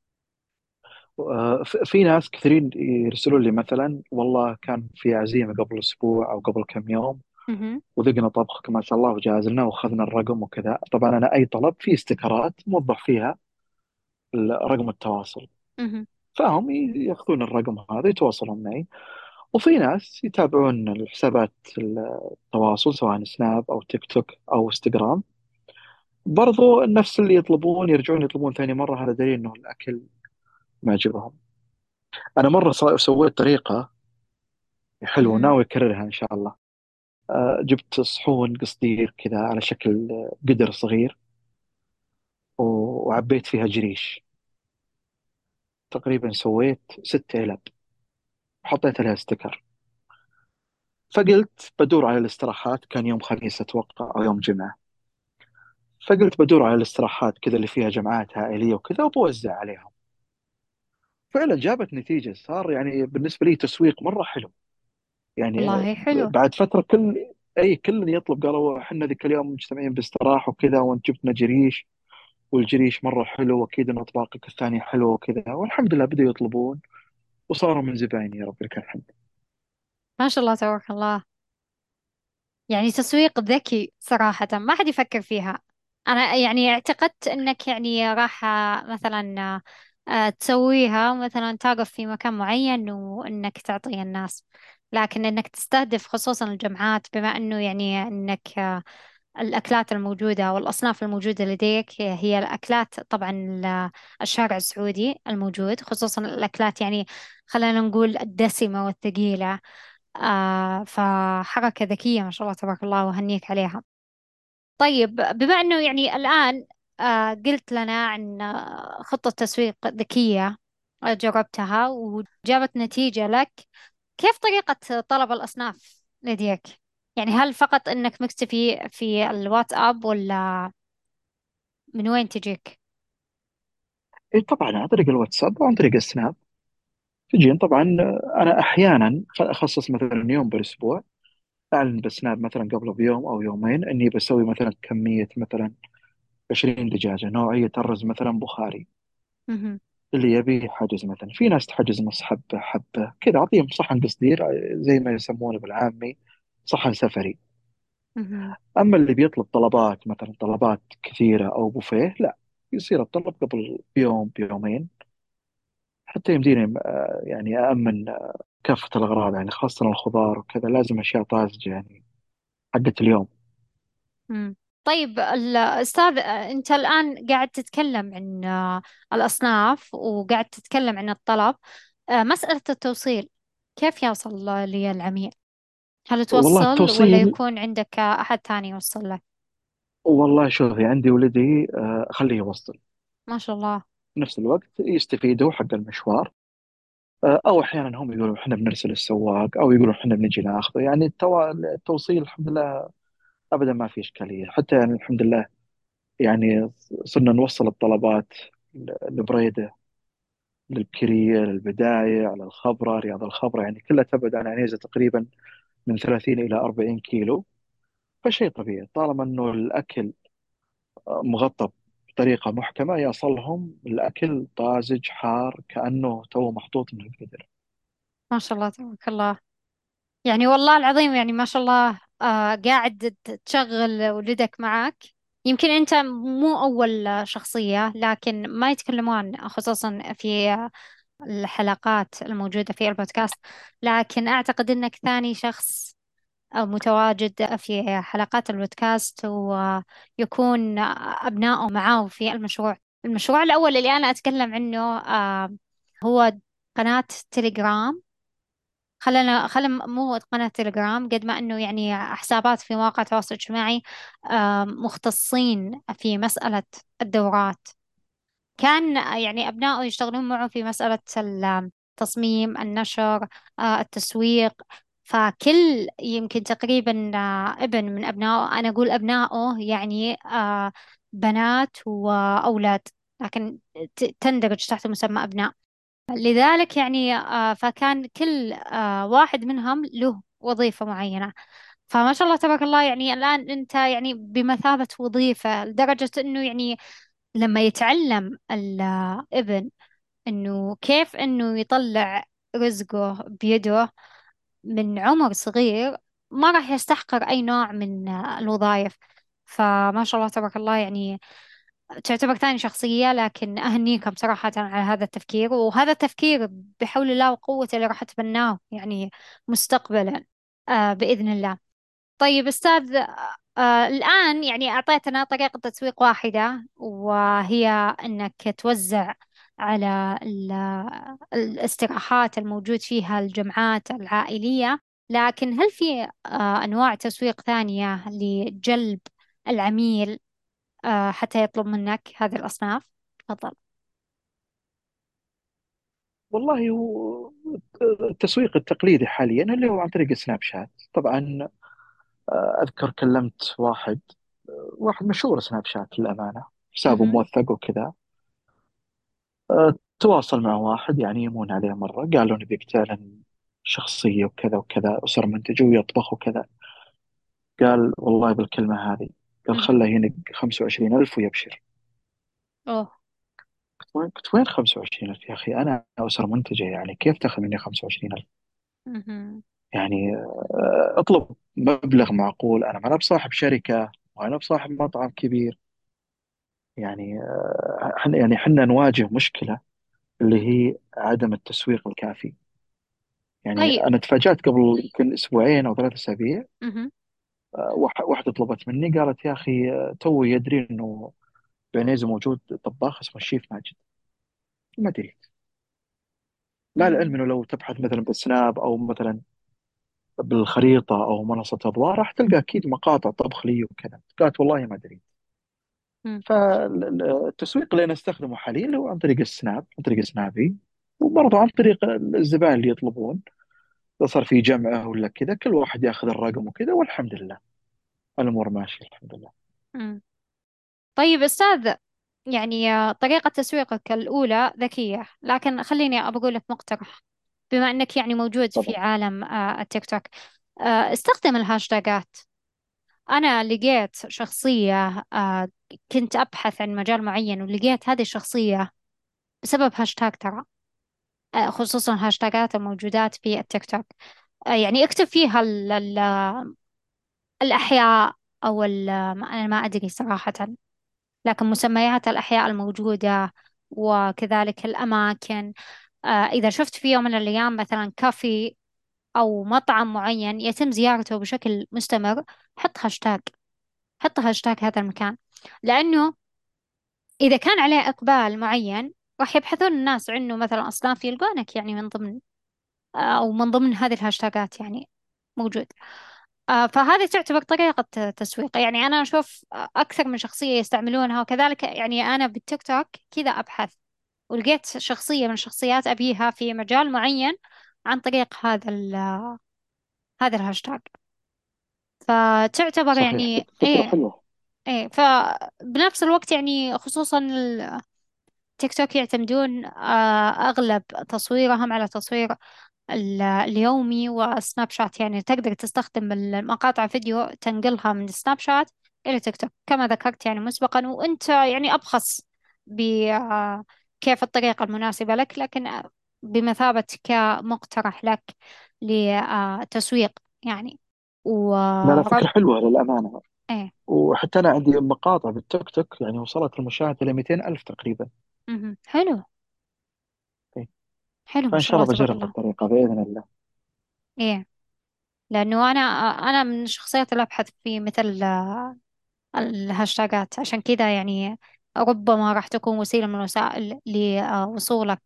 في ناس كثيرين يرسلون لي مثلا، والله كان في عزيمة قبل أسبوع أو قبل كم يوم مهم. وذقنا طبخك ما شاء الله وجاز لنا وأخذنا الرقم وكذا. طبعا أنا أي طلب في استيكرات موضح فيها رقم التواصل، مهم. فهم ياخذون الرقم هذا يتواصلون معي. وفي ناس يتابعون الحسابات التواصل سواء سناب أو تيك توك أو انستغرام، برضو نفس اللي يطلبون يرجعون يطلبون ثاني مرة. هذا دليل إنه الأكل معجبهم. أنا مرة سويت طريقة حلوة مهم. ناوي أكررها إن شاء الله. جبت صحون قصدير كذا على شكل قدر صغير وعبيت فيها جريش. تقريبا سويت 6 علب وحطيت عليها ستيكر. فقلت بدور على الاستراحات، كان يوم خميس أتوقع أو يوم جمعة، فقلت بدور على الاستراحات كذا اللي فيها جمعات عائلية وكذا وبوزع عليهم. فعلا جابت نتيجة، صار يعني بالنسبة لي تسويق مرة حلو. يعني والله حلو. بعد فترة كل يطلب قالوا احنا ذيك اليوم مجتمعين باستراحة وكذا وانت جبتنا جريش، والجريش مرة حلو واكيد ان اطباقك الثانية حلوة وكذا، والحمد لله بدأوا يطلبون وصاروا من زبايني يا رب لك الحمد. ما شاء الله تبارك الله. يعني تسويق ذكي صراحة، ما حد يفكر فيها. أنا يعني اعتقدت أنك يعني راح مثلا تسويها مثلا، تقف في مكان معين وأنك تعطي الناس، لكن أنك تستهدف خصوصا الجمعات، بما أنه يعني أنك الأكلات الموجودة والأصناف الموجودة لديك هي الأكلات طبعا الشارع السعودي الموجود، خصوصا الأكلات يعني خلينا نقول الدسمة والثقيلة. فحركة ذكية ما شاء الله تبارك الله، وهنيك عليها. طيب، بما أنه يعني الآن قلت لنا عن خطة تسويق ذكية جربتها وجابت نتيجة لك، كيف طريقة طلب الأصناف لديك؟ يعني هل فقط أنك مكتفي في الواتساب، ولا من وين تجيك؟ اي طبعا عن طريق الواتساب وعن طريق السناب تجين طبعا. انا احيانا اخصص مثلا يوم بالاسبوع اعلن بسناب مثلا قبله بيوم او يومين اني بسوي مثلا كمية مثلا 20 دجاجة نوعية أرز مثلا بخاري. مهم. اللي يبي حجز مثلا، في ناس تحجز نص حبة حبة كذا، أعطيهم صحن قصدير زي ما يسمونه بالعامي صحن سفري. مهم. أما اللي بيطلب طلبات مثلا طلبات كثيرة أو بوفيه، لا، يصير الطلب قبل بيوم بيومين حتى يمديني يعني أأمن كافة الأغراض، يعني خاصة الخضار وكذا لازم أشياء طازجة يعني حقت اليوم. مم. طيب الأستاذ، أنت الآن قاعد تتكلم عن الأصناف وقاعد تتكلم عن الطلب. مسألة التوصيل كيف يوصل لي العميل؟ هل والله توصل ولا التوصيل، يكون عندك أحد ثاني يوصل له؟ والله شوفي عندي ولدي أخليه يوصل، ما شاء الله. نفس الوقت يستفيدوا حق المشوار. او احيانا هم يقولوا احنا بنرسل السواق او يقولوا احنا بنجي ناخذه. يعني التوصيل الحمد لله ابدا ما في اشكاليه، حتى يعني الحمد لله يعني صرنا نوصل الطلبات لبريده، للكريه، للبدايه، على الخبره، رياض الخبره، يعني كلها تبعد عن عنيزه تقريبا من 30 الى 40 كيلو. فشيء طبيعي طالما انه الاكل مغطى بطريقه محكمه يصلهم الاكل طازج حار كانه تو محطوط من القدر. ما شاء الله تبارك الله. يعني والله العظيم، يعني ما شاء الله، قاعد تشغل ولدك معك. يمكن أنت مو أول شخصية، لكن ما يتكلمون خصوصا في الحلقات الموجودة في البودكاست، لكن أعتقد أنك ثاني شخص متواجد في حلقات البودكاست ويكون أبنائه معه في المشروع. المشروع الأول اللي أنا أتكلم عنه هو قناة تليجرام. خلنا مو قناة تليجرام قد ما إنه يعني حسابات في مواقع التواصل الاجتماعي مختصين في مسألة الدورات. كان يعني أبنائه يشتغلون معه في مسألة التصميم، النشر، التسويق. فكل يمكن تقريبا ابن من أبنائه، أنا أقول أبنائه يعني بنات وأولاد، لكن تندرج تحت مسمى أبناء. لذلك يعني فكان كل واحد منهم له وظيفة معينة. فما شاء الله تبارك الله، يعني الآن أنت يعني بمثابة وظيفة، لدرجة أنه يعني لما يتعلم الابن انه كيف انه يطلع رزقه بيده من عمر صغير، ما راح يستحقر اي نوع من الوظائف. فما شاء الله تبارك الله، يعني تعتبر ثاني شخصية، لكن أهنيكم صراحة على هذا التفكير، وهذا التفكير بحول الله وقوته اللي راح أتبناه يعني مستقبلا بإذن الله. طيب أستاذ، الآن يعني أعطيتنا طريقة تسويق واحدة، وهي أنك توزع على الاستراحات الموجود فيها الجمعات العائلية. لكن هل في أنواع تسويق ثانية لجلب العميل حتى يطلب منك هذه الأصناف؟ تفضل. والله هو التسويق التقليدي حاليا اللي هو عن طريق سناب شات طبعا. أذكر كلمت واحد مشهور سناب شات للأمانة، حسابه مهم. موثق وكذا. تواصل مع واحد يعني يمون عليه مرة، قال له نبيك تعلن شخصية وكذا وكذا، أسر منتجه ويطبخ وكذا. قال والله بالكلمة هذه، قال مهم. خله ينق 25,000 ويبشر. أوه. قلت وين 25,000 يا أخي؟ أنا أسر منتجة، يعني كيف تاخذ مني 25,000؟ مهم. يعني اطلب مبلغ معقول. أنا ما أنا بصاحب شركة وأنا بصاحب مطعم كبير. يعني احنا نواجه مشكلة اللي هي عدم التسويق الكافي. يعني طيب. أنا تفاجأت قبل يمكن أسبوعين أو 3 أسابيع. مهم. واحدة طلبت مني قالت يا أخي تو يدري إنه بعنيزة موجود طباخ اسمه الشيف ماجد. ما أدري. لا العلم مهم. إنه لو تبحث مثلا بالسناب أو مثلا بالخريطة أو منصة أضواء راح تلقى أكيد مقاطع طبخ لي وكذا. قالت والله ما أدري. مهم. فالتسويق اللي نستخدمه حاليا اللي هو عن طريق السناب، عن طريق سنابي، وبرضه عن طريق الزبائن اللي يطلبون. إذا صار في جمعة ولا كذا كل واحد ياخذ الرقم وكذا، والحمد لله الأمور ماشية الحمد لله. مهم. طيب أستاذ، يعني طريقة تسويقك الأولى ذكية، لكن خليني بقول لك مقترح. بما أنك يعني موجود في طبعا. عالم التيك توك، استخدم الهاشتاجات. أنا لقيت شخصية، كنت أبحث عن مجال معين ولقيت هذه الشخصية بسبب هاشتاج ترى، خصوصا الهاشتاجات الموجودات في التيك توك. يعني اكتب فيها الأحياء أو أنا ما أدري صراحة، لكن مسميات الأحياء الموجودة، وكذلك الأماكن. إذا شفت في يوم من الأيام مثلا كافي أو مطعم معين يتم زيارته بشكل مستمر، حط هاشتاج، حط هاشتاج هذا المكان. لأنه إذا كان عليه إقبال معين راح يبحثون الناس عنه، مثلا أصناف يلقونك يعني من ضمن أو من ضمن هذه الهاشتاجات يعني موجود. فهذه تعتبر طريقة تسويق. يعني أنا أشوف أكثر من شخصية يستعملونها، وكذلك يعني أنا بالتيك توك كذا أبحث ولقيت شخصية من الشخصيات أبيها في مجال معين عن طريق هذا الهاشتاج. فتعتبر صحيح، يعني فكرة إيه. حلوة. إيه، فبنفس الوقت يعني خصوصا التيك توك يعتمدون أغلب تصويرهم على تصوير اليومي، وسناب شات يعني تقدر تستخدم المقاطع فيديو تنقلها من سناب شات إلى تيك توك كما ذكرت يعني مسبقا. وأنت يعني أبخص بكيف الطريقة المناسبة لك، لكن بمثابة كمقترح لك لتسويق يعني. لا لا، ورب. فكرة حلوة للأمانة. إيه. وحتى أنا عندي مقاطع بالتيك توك يعني وصلت المشاهدة إلى 200,000 تقريبا. مهم. حلو. إيه. حلو ما فإن شاء شاء الله الله تبارك بجرب الله. هالطريقة بإذن الله. إيه، لأنه أنا من الشخصيات اللي أبحث في مثل الهاشتاجات، عشان كذا يعني ربما راح تكون وسيلة من وسائل لوصولك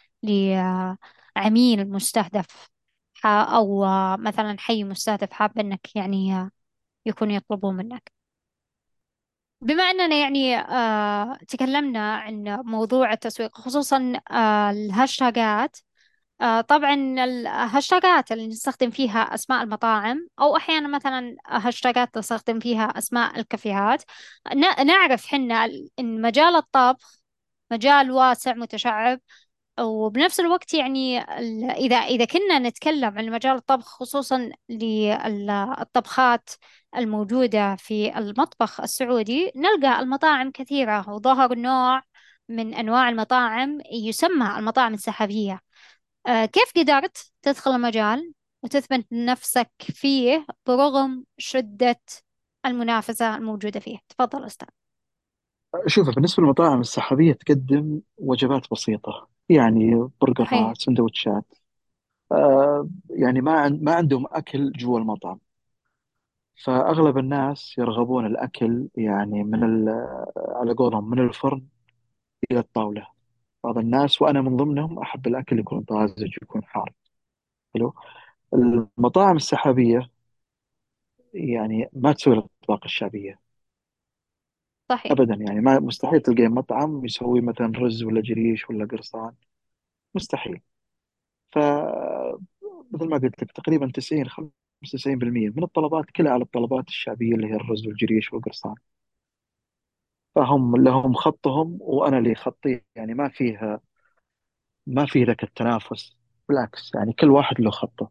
لعميل مستهدف، أو مثلا حي مستهدف حاب أنك يعني يكون يطلبون منك. بما أننا يعني تكلمنا عن موضوع التسويق، خصوصا الهاشتاجات. طبعا الهاشتاجات اللي نستخدم فيها أسماء المطاعم، أو أحيانا مثلا هاشتاجات نستخدم فيها أسماء الكافيهات. نعرف حنا إن مجال الطبخ مجال واسع متشعب. وبنفس الوقت يعني إذا كنا نتكلم عن مجال الطبخ، خصوصا للطبخات الموجودة في المطبخ السعودي، نلقى المطاعم كثيرة، وظهر نوع من أنواع المطاعم يسمى المطاعم السحابية. كيف قدرت تدخل المجال وتثبت نفسك فيه برغم شدة المنافسة الموجودة فيه؟ تفضل أستاذ. شوف، بالنسبة للمطاعم السحابية تقدم وجبات بسيطة، يعني صحيح. برجرات، سندوتشات. يعني ما عندهم أكل جوا المطعم. فأغلب الناس يرغبون الأكل يعني على قولهم من الفرن إلى الطاولة. بعض الناس وأنا من ضمنهم أحب الأكل يكون طازج، يكون حار. حلو. المطاعم السحابية يعني ما تسوي الأطباق الشعبية صحيح. أبدا. يعني ما مستحيل تلقى مطعم يسوي مثلا رز ولا جريش ولا قرصان، مستحيل. ف مثل ما قلت لك تقريبا 90 95% من الطلبات كلها على الطلبات الشعبية اللي هي الرز والجريش والقرصان. فهم لهم خطهم وأنا لي خطي، يعني ما فيه ذاك التنافس. بالعكس، يعني كل واحد له خطه.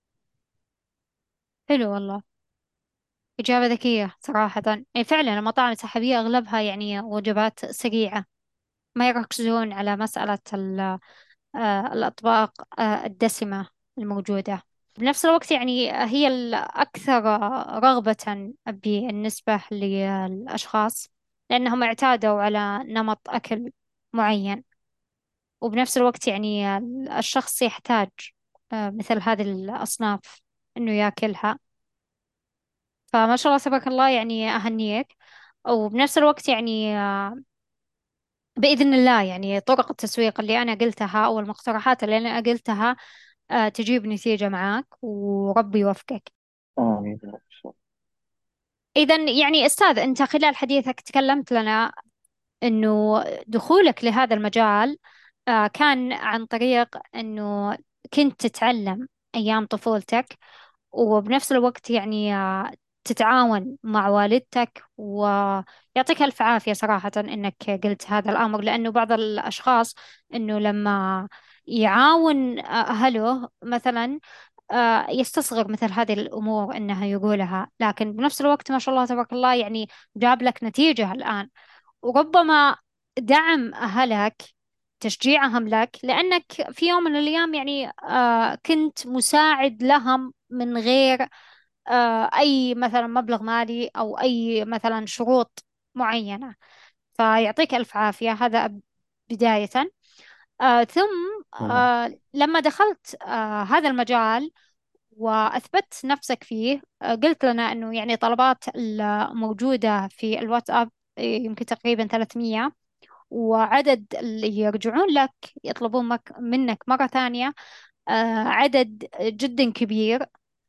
حلو والله. إجابة ذكية صراحة. يعني فعلا المطاعم السحابية أغلبها يعني وجبات سريعة، ما يركزون على مسألة الأطباق الدسمة الموجودة. بنفس الوقت يعني هي الأكثر رغبة بالنسبة للأشخاص، لأنهم اعتادوا على نمط أكل معين. وبنفس الوقت يعني الشخص يحتاج مثل هذه الأصناف إنه ياكلها. فما شاء الله تبارك الله، يعني أهنيك. وبنفس الوقت يعني بإذن الله يعني طرق التسويق اللي أنا قلتها أو المقترحات اللي أنا قلتها تجيب نتيجة معاك، وربي يوفقك. آمين. إذا يعني أستاذ، أنت خلال حديثك تكلمت لنا إنه دخولك لهذا المجال كان عن طريق إنه كنت تتعلم أيام طفولتك، وبنفس الوقت يعني تتعاون مع والدتك. ويعطيك ألف عافية صراحة إنك قلت هذا الأمر، لأنه بعض الأشخاص إنه لما يعاون أهله مثلا يستصغر مثل هذه الأمور إنها يقولها، لكن بنفس الوقت ما شاء الله تبارك الله يعني جاب لك نتيجة الآن. وربما دعم أهلك، تشجيعهم لك، لأنك في يوم من الأيام يعني كنت مساعد لهم من غير أي مثلا مبلغ مالي أو أي مثلا شروط معينة. فيعطيك ألف عافية، هذا بداية. ثم آمين. لما دخلت هذا المجال وأثبت نفسك فيه، قلت لنا أنه يعني طلبات الموجودة في الواتساب يمكن تقريبا 300، وعدد اللي يرجعون لك يطلبون منك مرة ثانية عدد جدا كبير.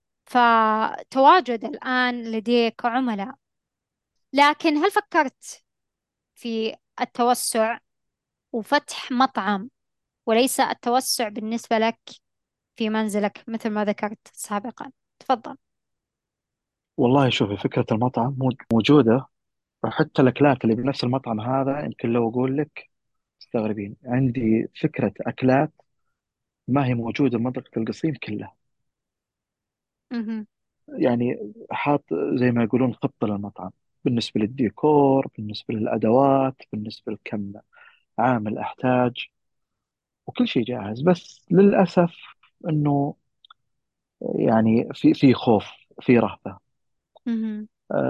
فتواجد الآن لديك عملاء، لكن هل فكرت في التوسع وفتح مطعم، وليس التوسع بالنسبة لك في منزلك مثل ما ذكرت سابقا؟ تفضل. والله شوفي، فكرة المطعم موجودة. حتى الأكلات اللي بنفس المطعم هذا يمكن لو أقول لك تستغربين. عندي فكرة أكلات ما هي موجودة بمنطقة القصيم كلها. مهم. يعني حاط زي ما يقولون خطة للمطعم، بالنسبة للديكور، بالنسبة للأدوات، بالنسبة لكم عامل أحتاج، وكل شيء جاهز. بس للأسف أنه يعني في خوف، في رهبة. مهم.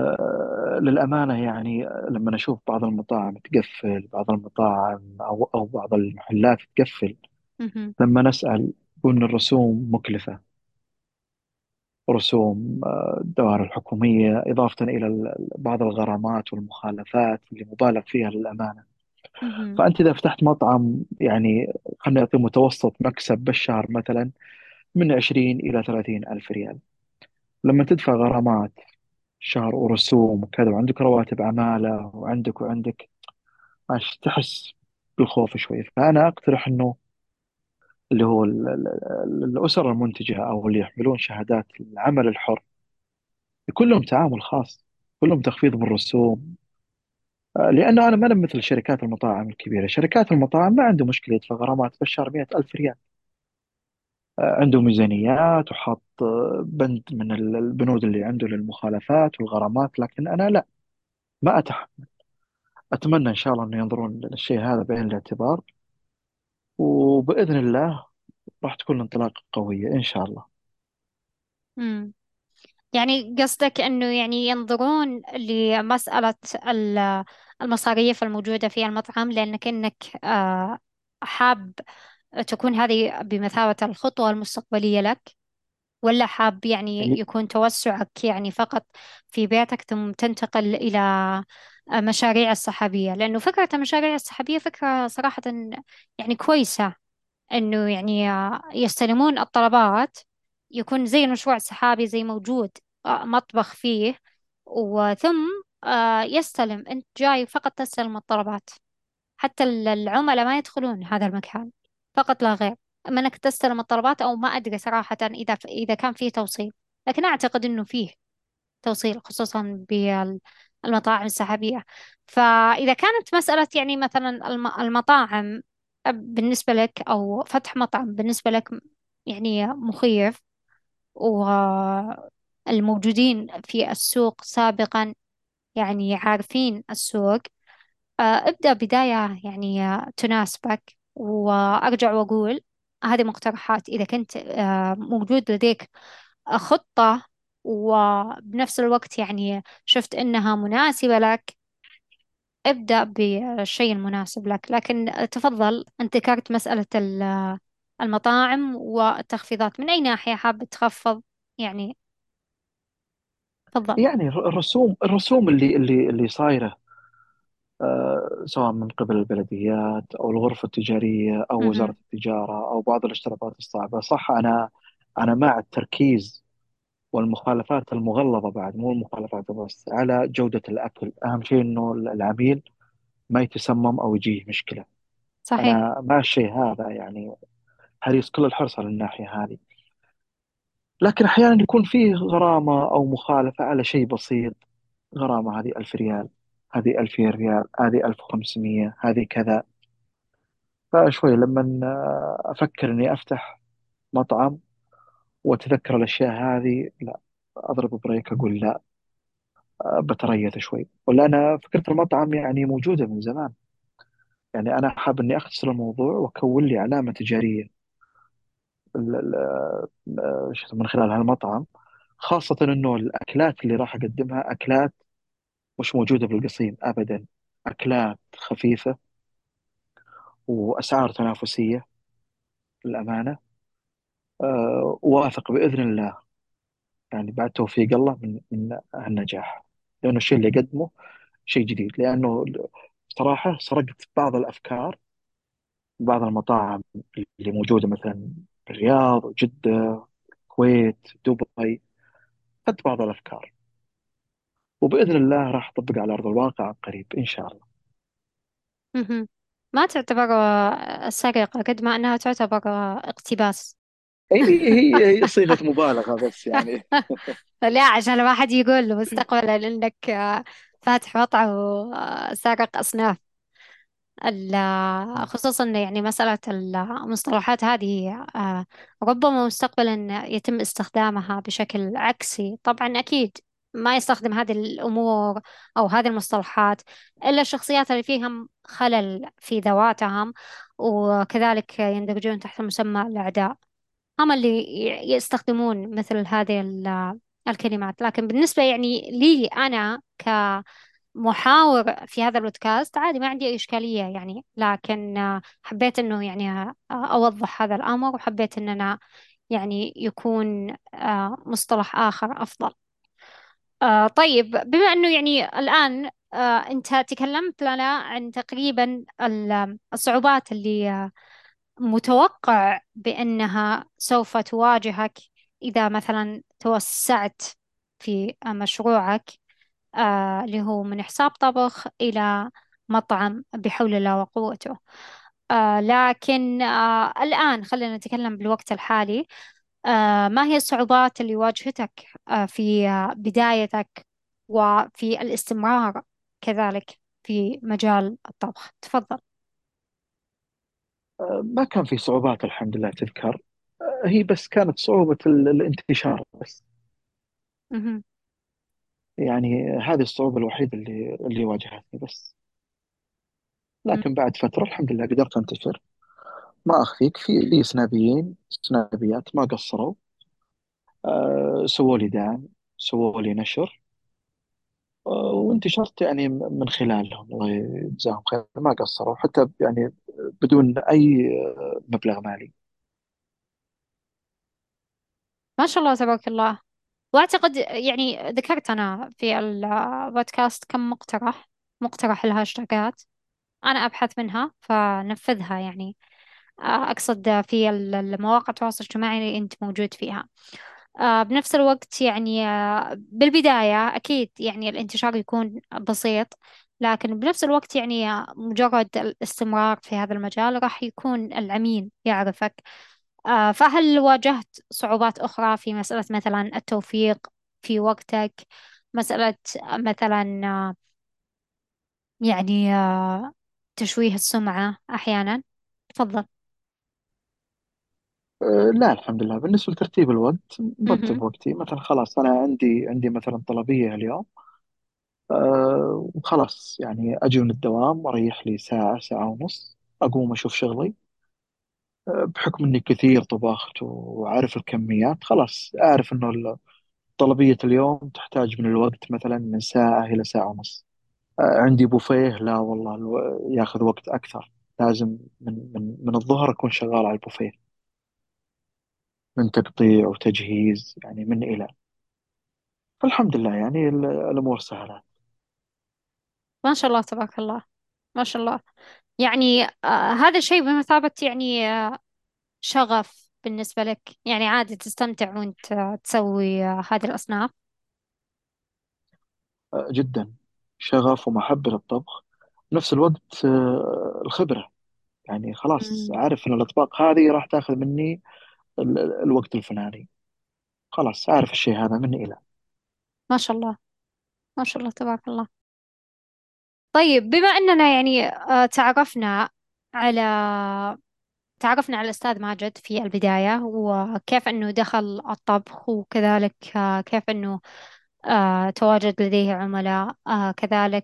للأمانة يعني لما نشوف بعض المطاعم تقفل، بعض المطاعم أو بعض المحلات تقفل، مهم. لما نسأل يقولون الرسوم مكلفة. رسوم الدوائر الحكومية، إضافة إلى بعض الغرامات والمخالفات اللي مبالغ فيها للأمانة. مهم. فأنت إذا فتحت مطعم يعني، خلينا نعطي متوسط مكسب بالشهر مثلا من 20 إلى 30 ألف ريال. لما تدفع غرامات شهر ورسوم وكذا، وعندك رواتب عمالة وعندك ماشي، تحس بالخوف شوي. فأنا أقترح إنه اللي هو الأسر المنتجة أو اللي يحملون شهادات العمل الحر يكون لهم تعامل خاص، يكون لهم تخفيض بالرسوم. لأنه أنا ما أنا مثل شركات المطاعم الكبيرة. شركات المطاعم ما عنده مشكلة يدفع غرامات في الشهر 100 ألف ريال. عنده ميزانيات وحاط بند من البنود اللي عنده للمخالفات والغرامات. لكن أنا لا، ما أتحمل. أتمنى إن شاء الله أن ينظرون للشيء هذا بعين الاعتبار، وبإذن الله راح تكون الانطلاقة قوية إن شاء الله. مم. يعني قصدك أنه يعني ينظرون لمسألة المصاريف الموجودة في المطعم، لأنك إنك حاب تكون هذه بمثابة الخطوة المستقبلية لك، ولا حاب يعني يكون توسعك يعني فقط في بيتك ثم تنتقل إلى مشاريع السحابية؟ لأنه فكرة المشاريع السحابية فكرة صراحة يعني كويسة، إنه يعني يستلمون الطلبات، يكون زي المشروع السحابي، زي موجود مطبخ فيه، وثم يستلم، أنت جاي فقط تستلم الطلبات. حتى العملاء ما يدخلون هذا المكان، فقط لا غير. أما أنك تستلم الطلبات، أو ما أدري صراحة إذا كان فيه توصيل، لكن أعتقد أنه فيه توصيل خصوصا بالمطاعم السحابية. فإذا كانت مسألة يعني مثلا المطاعم بالنسبة لك، أو فتح مطعم بالنسبة لك يعني مخيف، والموجودين في السوق سابقا يعني عارفين السوق، ابدأ بداية يعني تناسبك. وأرجع وأقول هذه مقترحات. إذا كنت موجود لديك خطة، وبنفس الوقت يعني شفت إنها مناسبة لك، ابدأ بالشيء المناسب لك. لكن تفضل، أنت ذكرت مسألة المطاعم والتخفيضات، من أي ناحية حاب تخفض يعني؟ تفضل. يعني الرسوم اللي صايرة، سواء من قبل البلديات أو الغرفة التجارية أو وزارة مهم. التجارة أو بعض الاشتراطات الصعبة. صح، أنا مع التركيز والمخالفات المغلظة بعد، مو المخالفات بس، على جودة الأكل. أهم شيء إنه العميل ما يتسمم أو يجيه مشكلة. صحيح. أنا مع الشيء هذا يعني، حريص كل الحرص على الناحية هذه. لكن أحيانا يكون فيه غرامة أو مخالفة على شيء بسيط. غرامة هذه 1000 ريال، هذه 2000 ريال، هذه 1500، هذه كذا. فشوي لما أفكر إني أفتح مطعم وأتذكر الأشياء هذه، لا، أضرب بريك أقول لا، بتريث شوي. ولا أنا فكرة المطعم يعني موجودة من زمان. يعني أنا حاب إني أختصر الموضوع وأكون لي علامة تجارية من خلال هالمطعم. خاصة إنه الأكلات اللي راح أقدمها أكلات مش موجودة بالقصيم أبدا. أكلات خفيفة وأسعار تنافسية للأمانة. واثق بإذن الله يعني بعد توفيق الله من النجاح. لأنه الشيء اللي قدمه شيء جديد. لأنه صراحة سرقت بعض الأفكار من بعض المطاعم اللي موجودة مثلا بالرياض وجدة، الكويت، دبي. أخذت بعض الأفكار، وبإذن الله راح أطبق على أرض الواقع قريب إن شاء الله. مهم. ما تعتبر سرقة قد ما أنها تعتبر اقتباس. هي صيغة مبالغة بس يعني. لا، عشان الواحد يقول له مستقبلا إنك فاتح مطعم وسارق أصناف. خصوصا يعني مسألة المصطلحات هذه ربما مستقبلا يتم استخدامها بشكل عكسي. طبعا أكيد ما يستخدم هذه الأمور أو هذه المصطلحات إلا الشخصيات اللي فيهم خلل في ذواتهم، وكذلك يندرجون تحت مسمى الأعداء، هم اللي يستخدمون مثل هذه الكلمات. لكن بالنسبة يعني لي أنا كمحاور في هذا البودكاست، عادي، ما عندي أي إشكالية يعني. لكن حبيت إنه يعني أوضح هذا الأمر، وحبيت إننا يعني يكون مصطلح آخر أفضل. طيب، بما إنه يعني الآن أنت تكلمت لنا عن تقريبا الصعوبات اللي متوقع بأنها سوف تواجهك إذا مثلا توسعت في مشروعك، اللي هو من حساب طبخ إلى مطعم بحول الله وقوته. لكن الآن خلينا نتكلم بالوقت الحالي. ما هي الصعوبات اللي واجهتك في بدايتك وفي الاستمرار كذلك في مجال الطبخ؟ تفضل. ما كان في صعوبات الحمد لله تذكر. هي بس كانت صعوبة الانتشار بس. مهم. يعني هذه الصعوبة الوحيدة اللي واجهتني بس. لكن بعد فترة الحمد لله قدرت أنتشر. ما أخفيك، في لي سنابيين سنابيات ما قصروا. سووا لي دعم، سووا لي نشر. وانتشرت يعني من خلالهم، الله يجزاهم خير، ما قصروا حتى يعني بدون أي مبلغ مالي. ما شاء الله تبارك الله. وأعتقد يعني ذكرت أنا في البودكاست كم مقترح الهاشتاجات، أنا أبحث منها فنفذها يعني. أقصد في المواقع التواصل الاجتماعي اللي أنت موجود فيها. بنفس الوقت يعني بالبداية أكيد يعني الانتشار يكون بسيط، لكن بنفس الوقت يعني مجرد الاستمرار في هذا المجال راح يكون العميل يعرفك. فهل واجهت صعوبات أخرى في مسألة مثلا التوفيق في وقتك، مسألة مثلا يعني تشويه السمعة أحيانا؟ تفضل. لا الحمد لله، بالنسبة لترتيب الوقت مهم. مرتب وقتي. مثلا خلاص أنا عندي مثلا طلبية اليوم. وخلاص يعني أجي من الدوام أريح لي ساعة ساعة ونص، أقوم أشوف شغلي. بحكم إني كثير طبخت وعارف الكميات، خلاص أعرف إنه طلبية اليوم تحتاج من الوقت مثلا من ساعة إلى ساعة ونص. عندي بوفيه، لا والله ياخذ وقت أكثر. لازم من الظهر أكون شغال على البوفيه، من تقطيع وتجهيز يعني من إلى. فالحمد لله يعني الأمور سهلة. ما شاء الله تبارك الله. ما شاء الله. يعني هذا الشيء بمثابة يعني شغف بالنسبة لك، يعني عادي تستمتع وانت تسوي هذه الأصناف. جدا شغف ومحبة للطبخ. بنفس الوقت الخبرة. يعني خلاص مم. عارف إن الأطباق هذه راح تاخذ مني الوقت الفلاني. خلاص أعرف الشيء هذا من إلى. ما شاء الله. ما شاء الله تبارك الله. طيب بما أننا يعني على تعرفنا على الأستاذ ماجد في البداية، وكيف أنه دخل الطبخ، وكذلك كيف أنه تواجد لديه عملاء، كذلك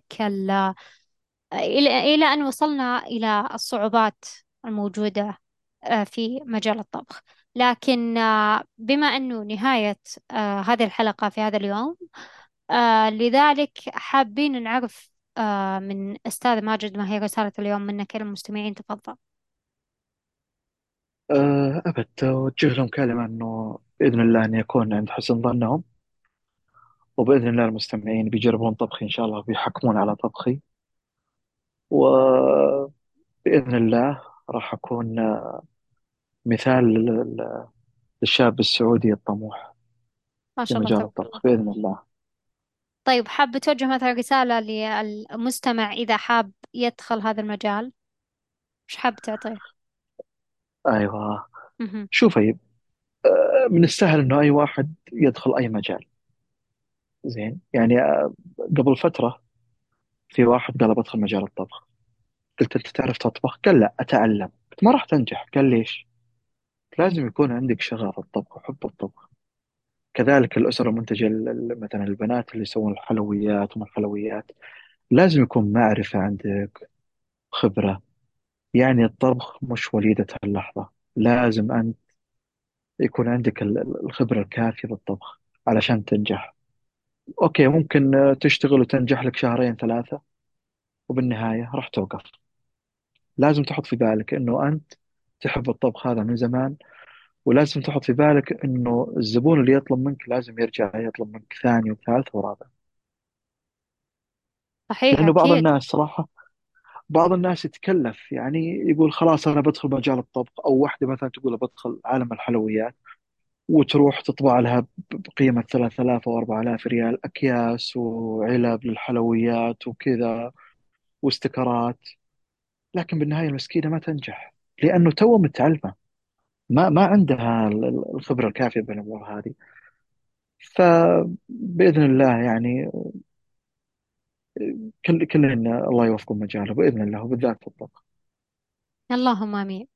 إلى أن وصلنا إلى الصعوبات الموجودة في مجال الطبخ. لكن بما أنه نهاية هذه الحلقة في هذا اليوم، لذلك حابين نعرف من أستاذ ماجد ما هي رسالة اليوم منك للمستمعين؟ تفضل. أبد أوجه لهم كلمة إنه بإذن الله أن يكون عند حسن ظنهم. وبإذن الله المستمعين بيجربون طبخي إن شاء الله، بيحكمون على طبخي. وبإذن الله راح أكون مثال للشاب السعودي الطموح ما في شاء الله مجال تبارك الله. الطبخ بإذن الله. طيب حاب توجه مثلا رسالة للمستمع إذا حاب يدخل هذا المجال، مش حاب تعطيه؟ أيوة. مهم. شوفي، من السهل إنه أي واحد يدخل أي مجال. زين يعني قبل فترة في واحد قال بدخل مجال الطبخ. قلت أنت تعرف تطبخ؟ قال لا أتعلم. قلت ما راح تنجح. قال ليش؟ لازم يكون عندك شغف الطبخ وحب الطبخ. كذلك الأسر المنتجة مثلا البنات اللي يسوون الحلويات وما الحلويات، لازم يكون معرفة عندك، خبرة. يعني الطبخ مش وليدة اللحظة. لازم أنت يكون عندك الخبرة الكافية بالطبخ علشان تنجح. أوكي ممكن تشتغل وتنجح لك شهرين ثلاثة، وبالنهاية راح توقف. لازم تحط في بالك إنه أنت تحب الطبخ هذا من زمان. ولازم تحط في بالك إنه الزبون اللي يطلب منك لازم يرجع يطلب منك ثاني وثالث ورابع. صحيح لأنه بعض أكيد. الناس صراحة، بعض الناس يتكلف، يعني يقول خلاص أنا بدخل مجال الطبخ، أو واحدة مثلا تقول بدخل عالم الحلويات، وتروح تطبع لها بقيمة 3000 أو 4000 ريال أكياس وعلب للحلويات وكذا واستكرات. لكن بالنهاية المسكينة ما تنجح، لأنه تو متعلمة، ما عندها الخبرة الكافية بالأمور هذه. فبإذن الله يعني كلنا الله يوفقه مجاله بإذن الله، وبالذات في الطبخ. اللهم آمين.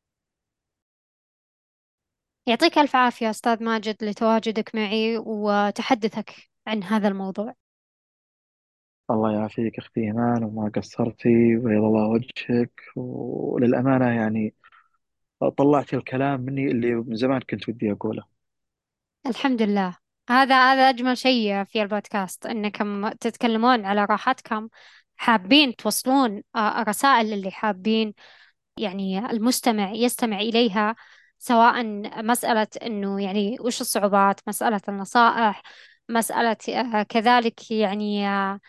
يعطيك ألف عافية أستاذ ماجد لتواجدك معي وتحدثك عن هذا الموضوع. الله يعافيك أختي إيمان، وما قصرتي، وبيض الله وجهك. وللأمانة يعني طلعت الكلام مني اللي من زمان كنت ودي أقوله. الحمد لله. هذا أجمل شيء في البودكاست، إنكم تتكلمون على راحتكم، حابين توصلون رسائل اللي حابين يعني المستمع يستمع إليها، سواء مسألة إنه يعني وش الصعوبات، مسألة النصائح، مسألة كذلك يعني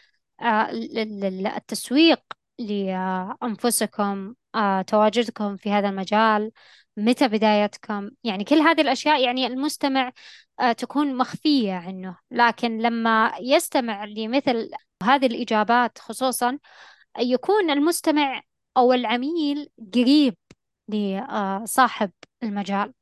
التسويق لأنفسكم، تواجدكم في هذا المجال، متى بدايتكم، يعني كل هذه الأشياء يعني المستمع تكون مخفية عنه، لكن لما يستمع لمثل هذه الإجابات خصوصا يكون المستمع أو العميل قريب لصاحب المجال.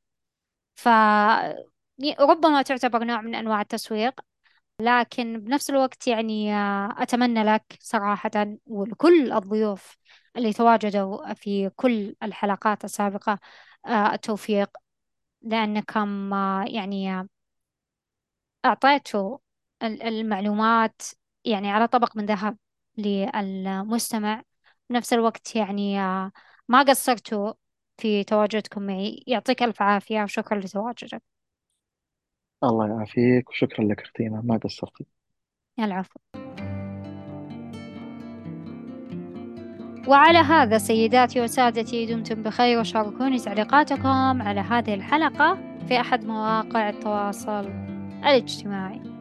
فربما تعتبر نوع من أنواع التسويق، لكن بنفس الوقت يعني أتمنى لك صراحة ولكل الضيوف اللي تواجدوا في كل الحلقات السابقة التوفيق، لأنكم يعني أعطيتوا المعلومات يعني على طبق من ذهب للمستمع. بنفس الوقت يعني ما قصرتوا في تواجدكم معي. يعطيك ألف عافية وشكرا لتواجدك. الله يعافيك، وشكرا لك أختي إيمان، ما قصرتي. العفو. وعلى هذا سيداتي وسادتي دمتم بخير، وشاركوني تعليقاتكم على هذه الحلقة في أحد مواقع التواصل الاجتماعي.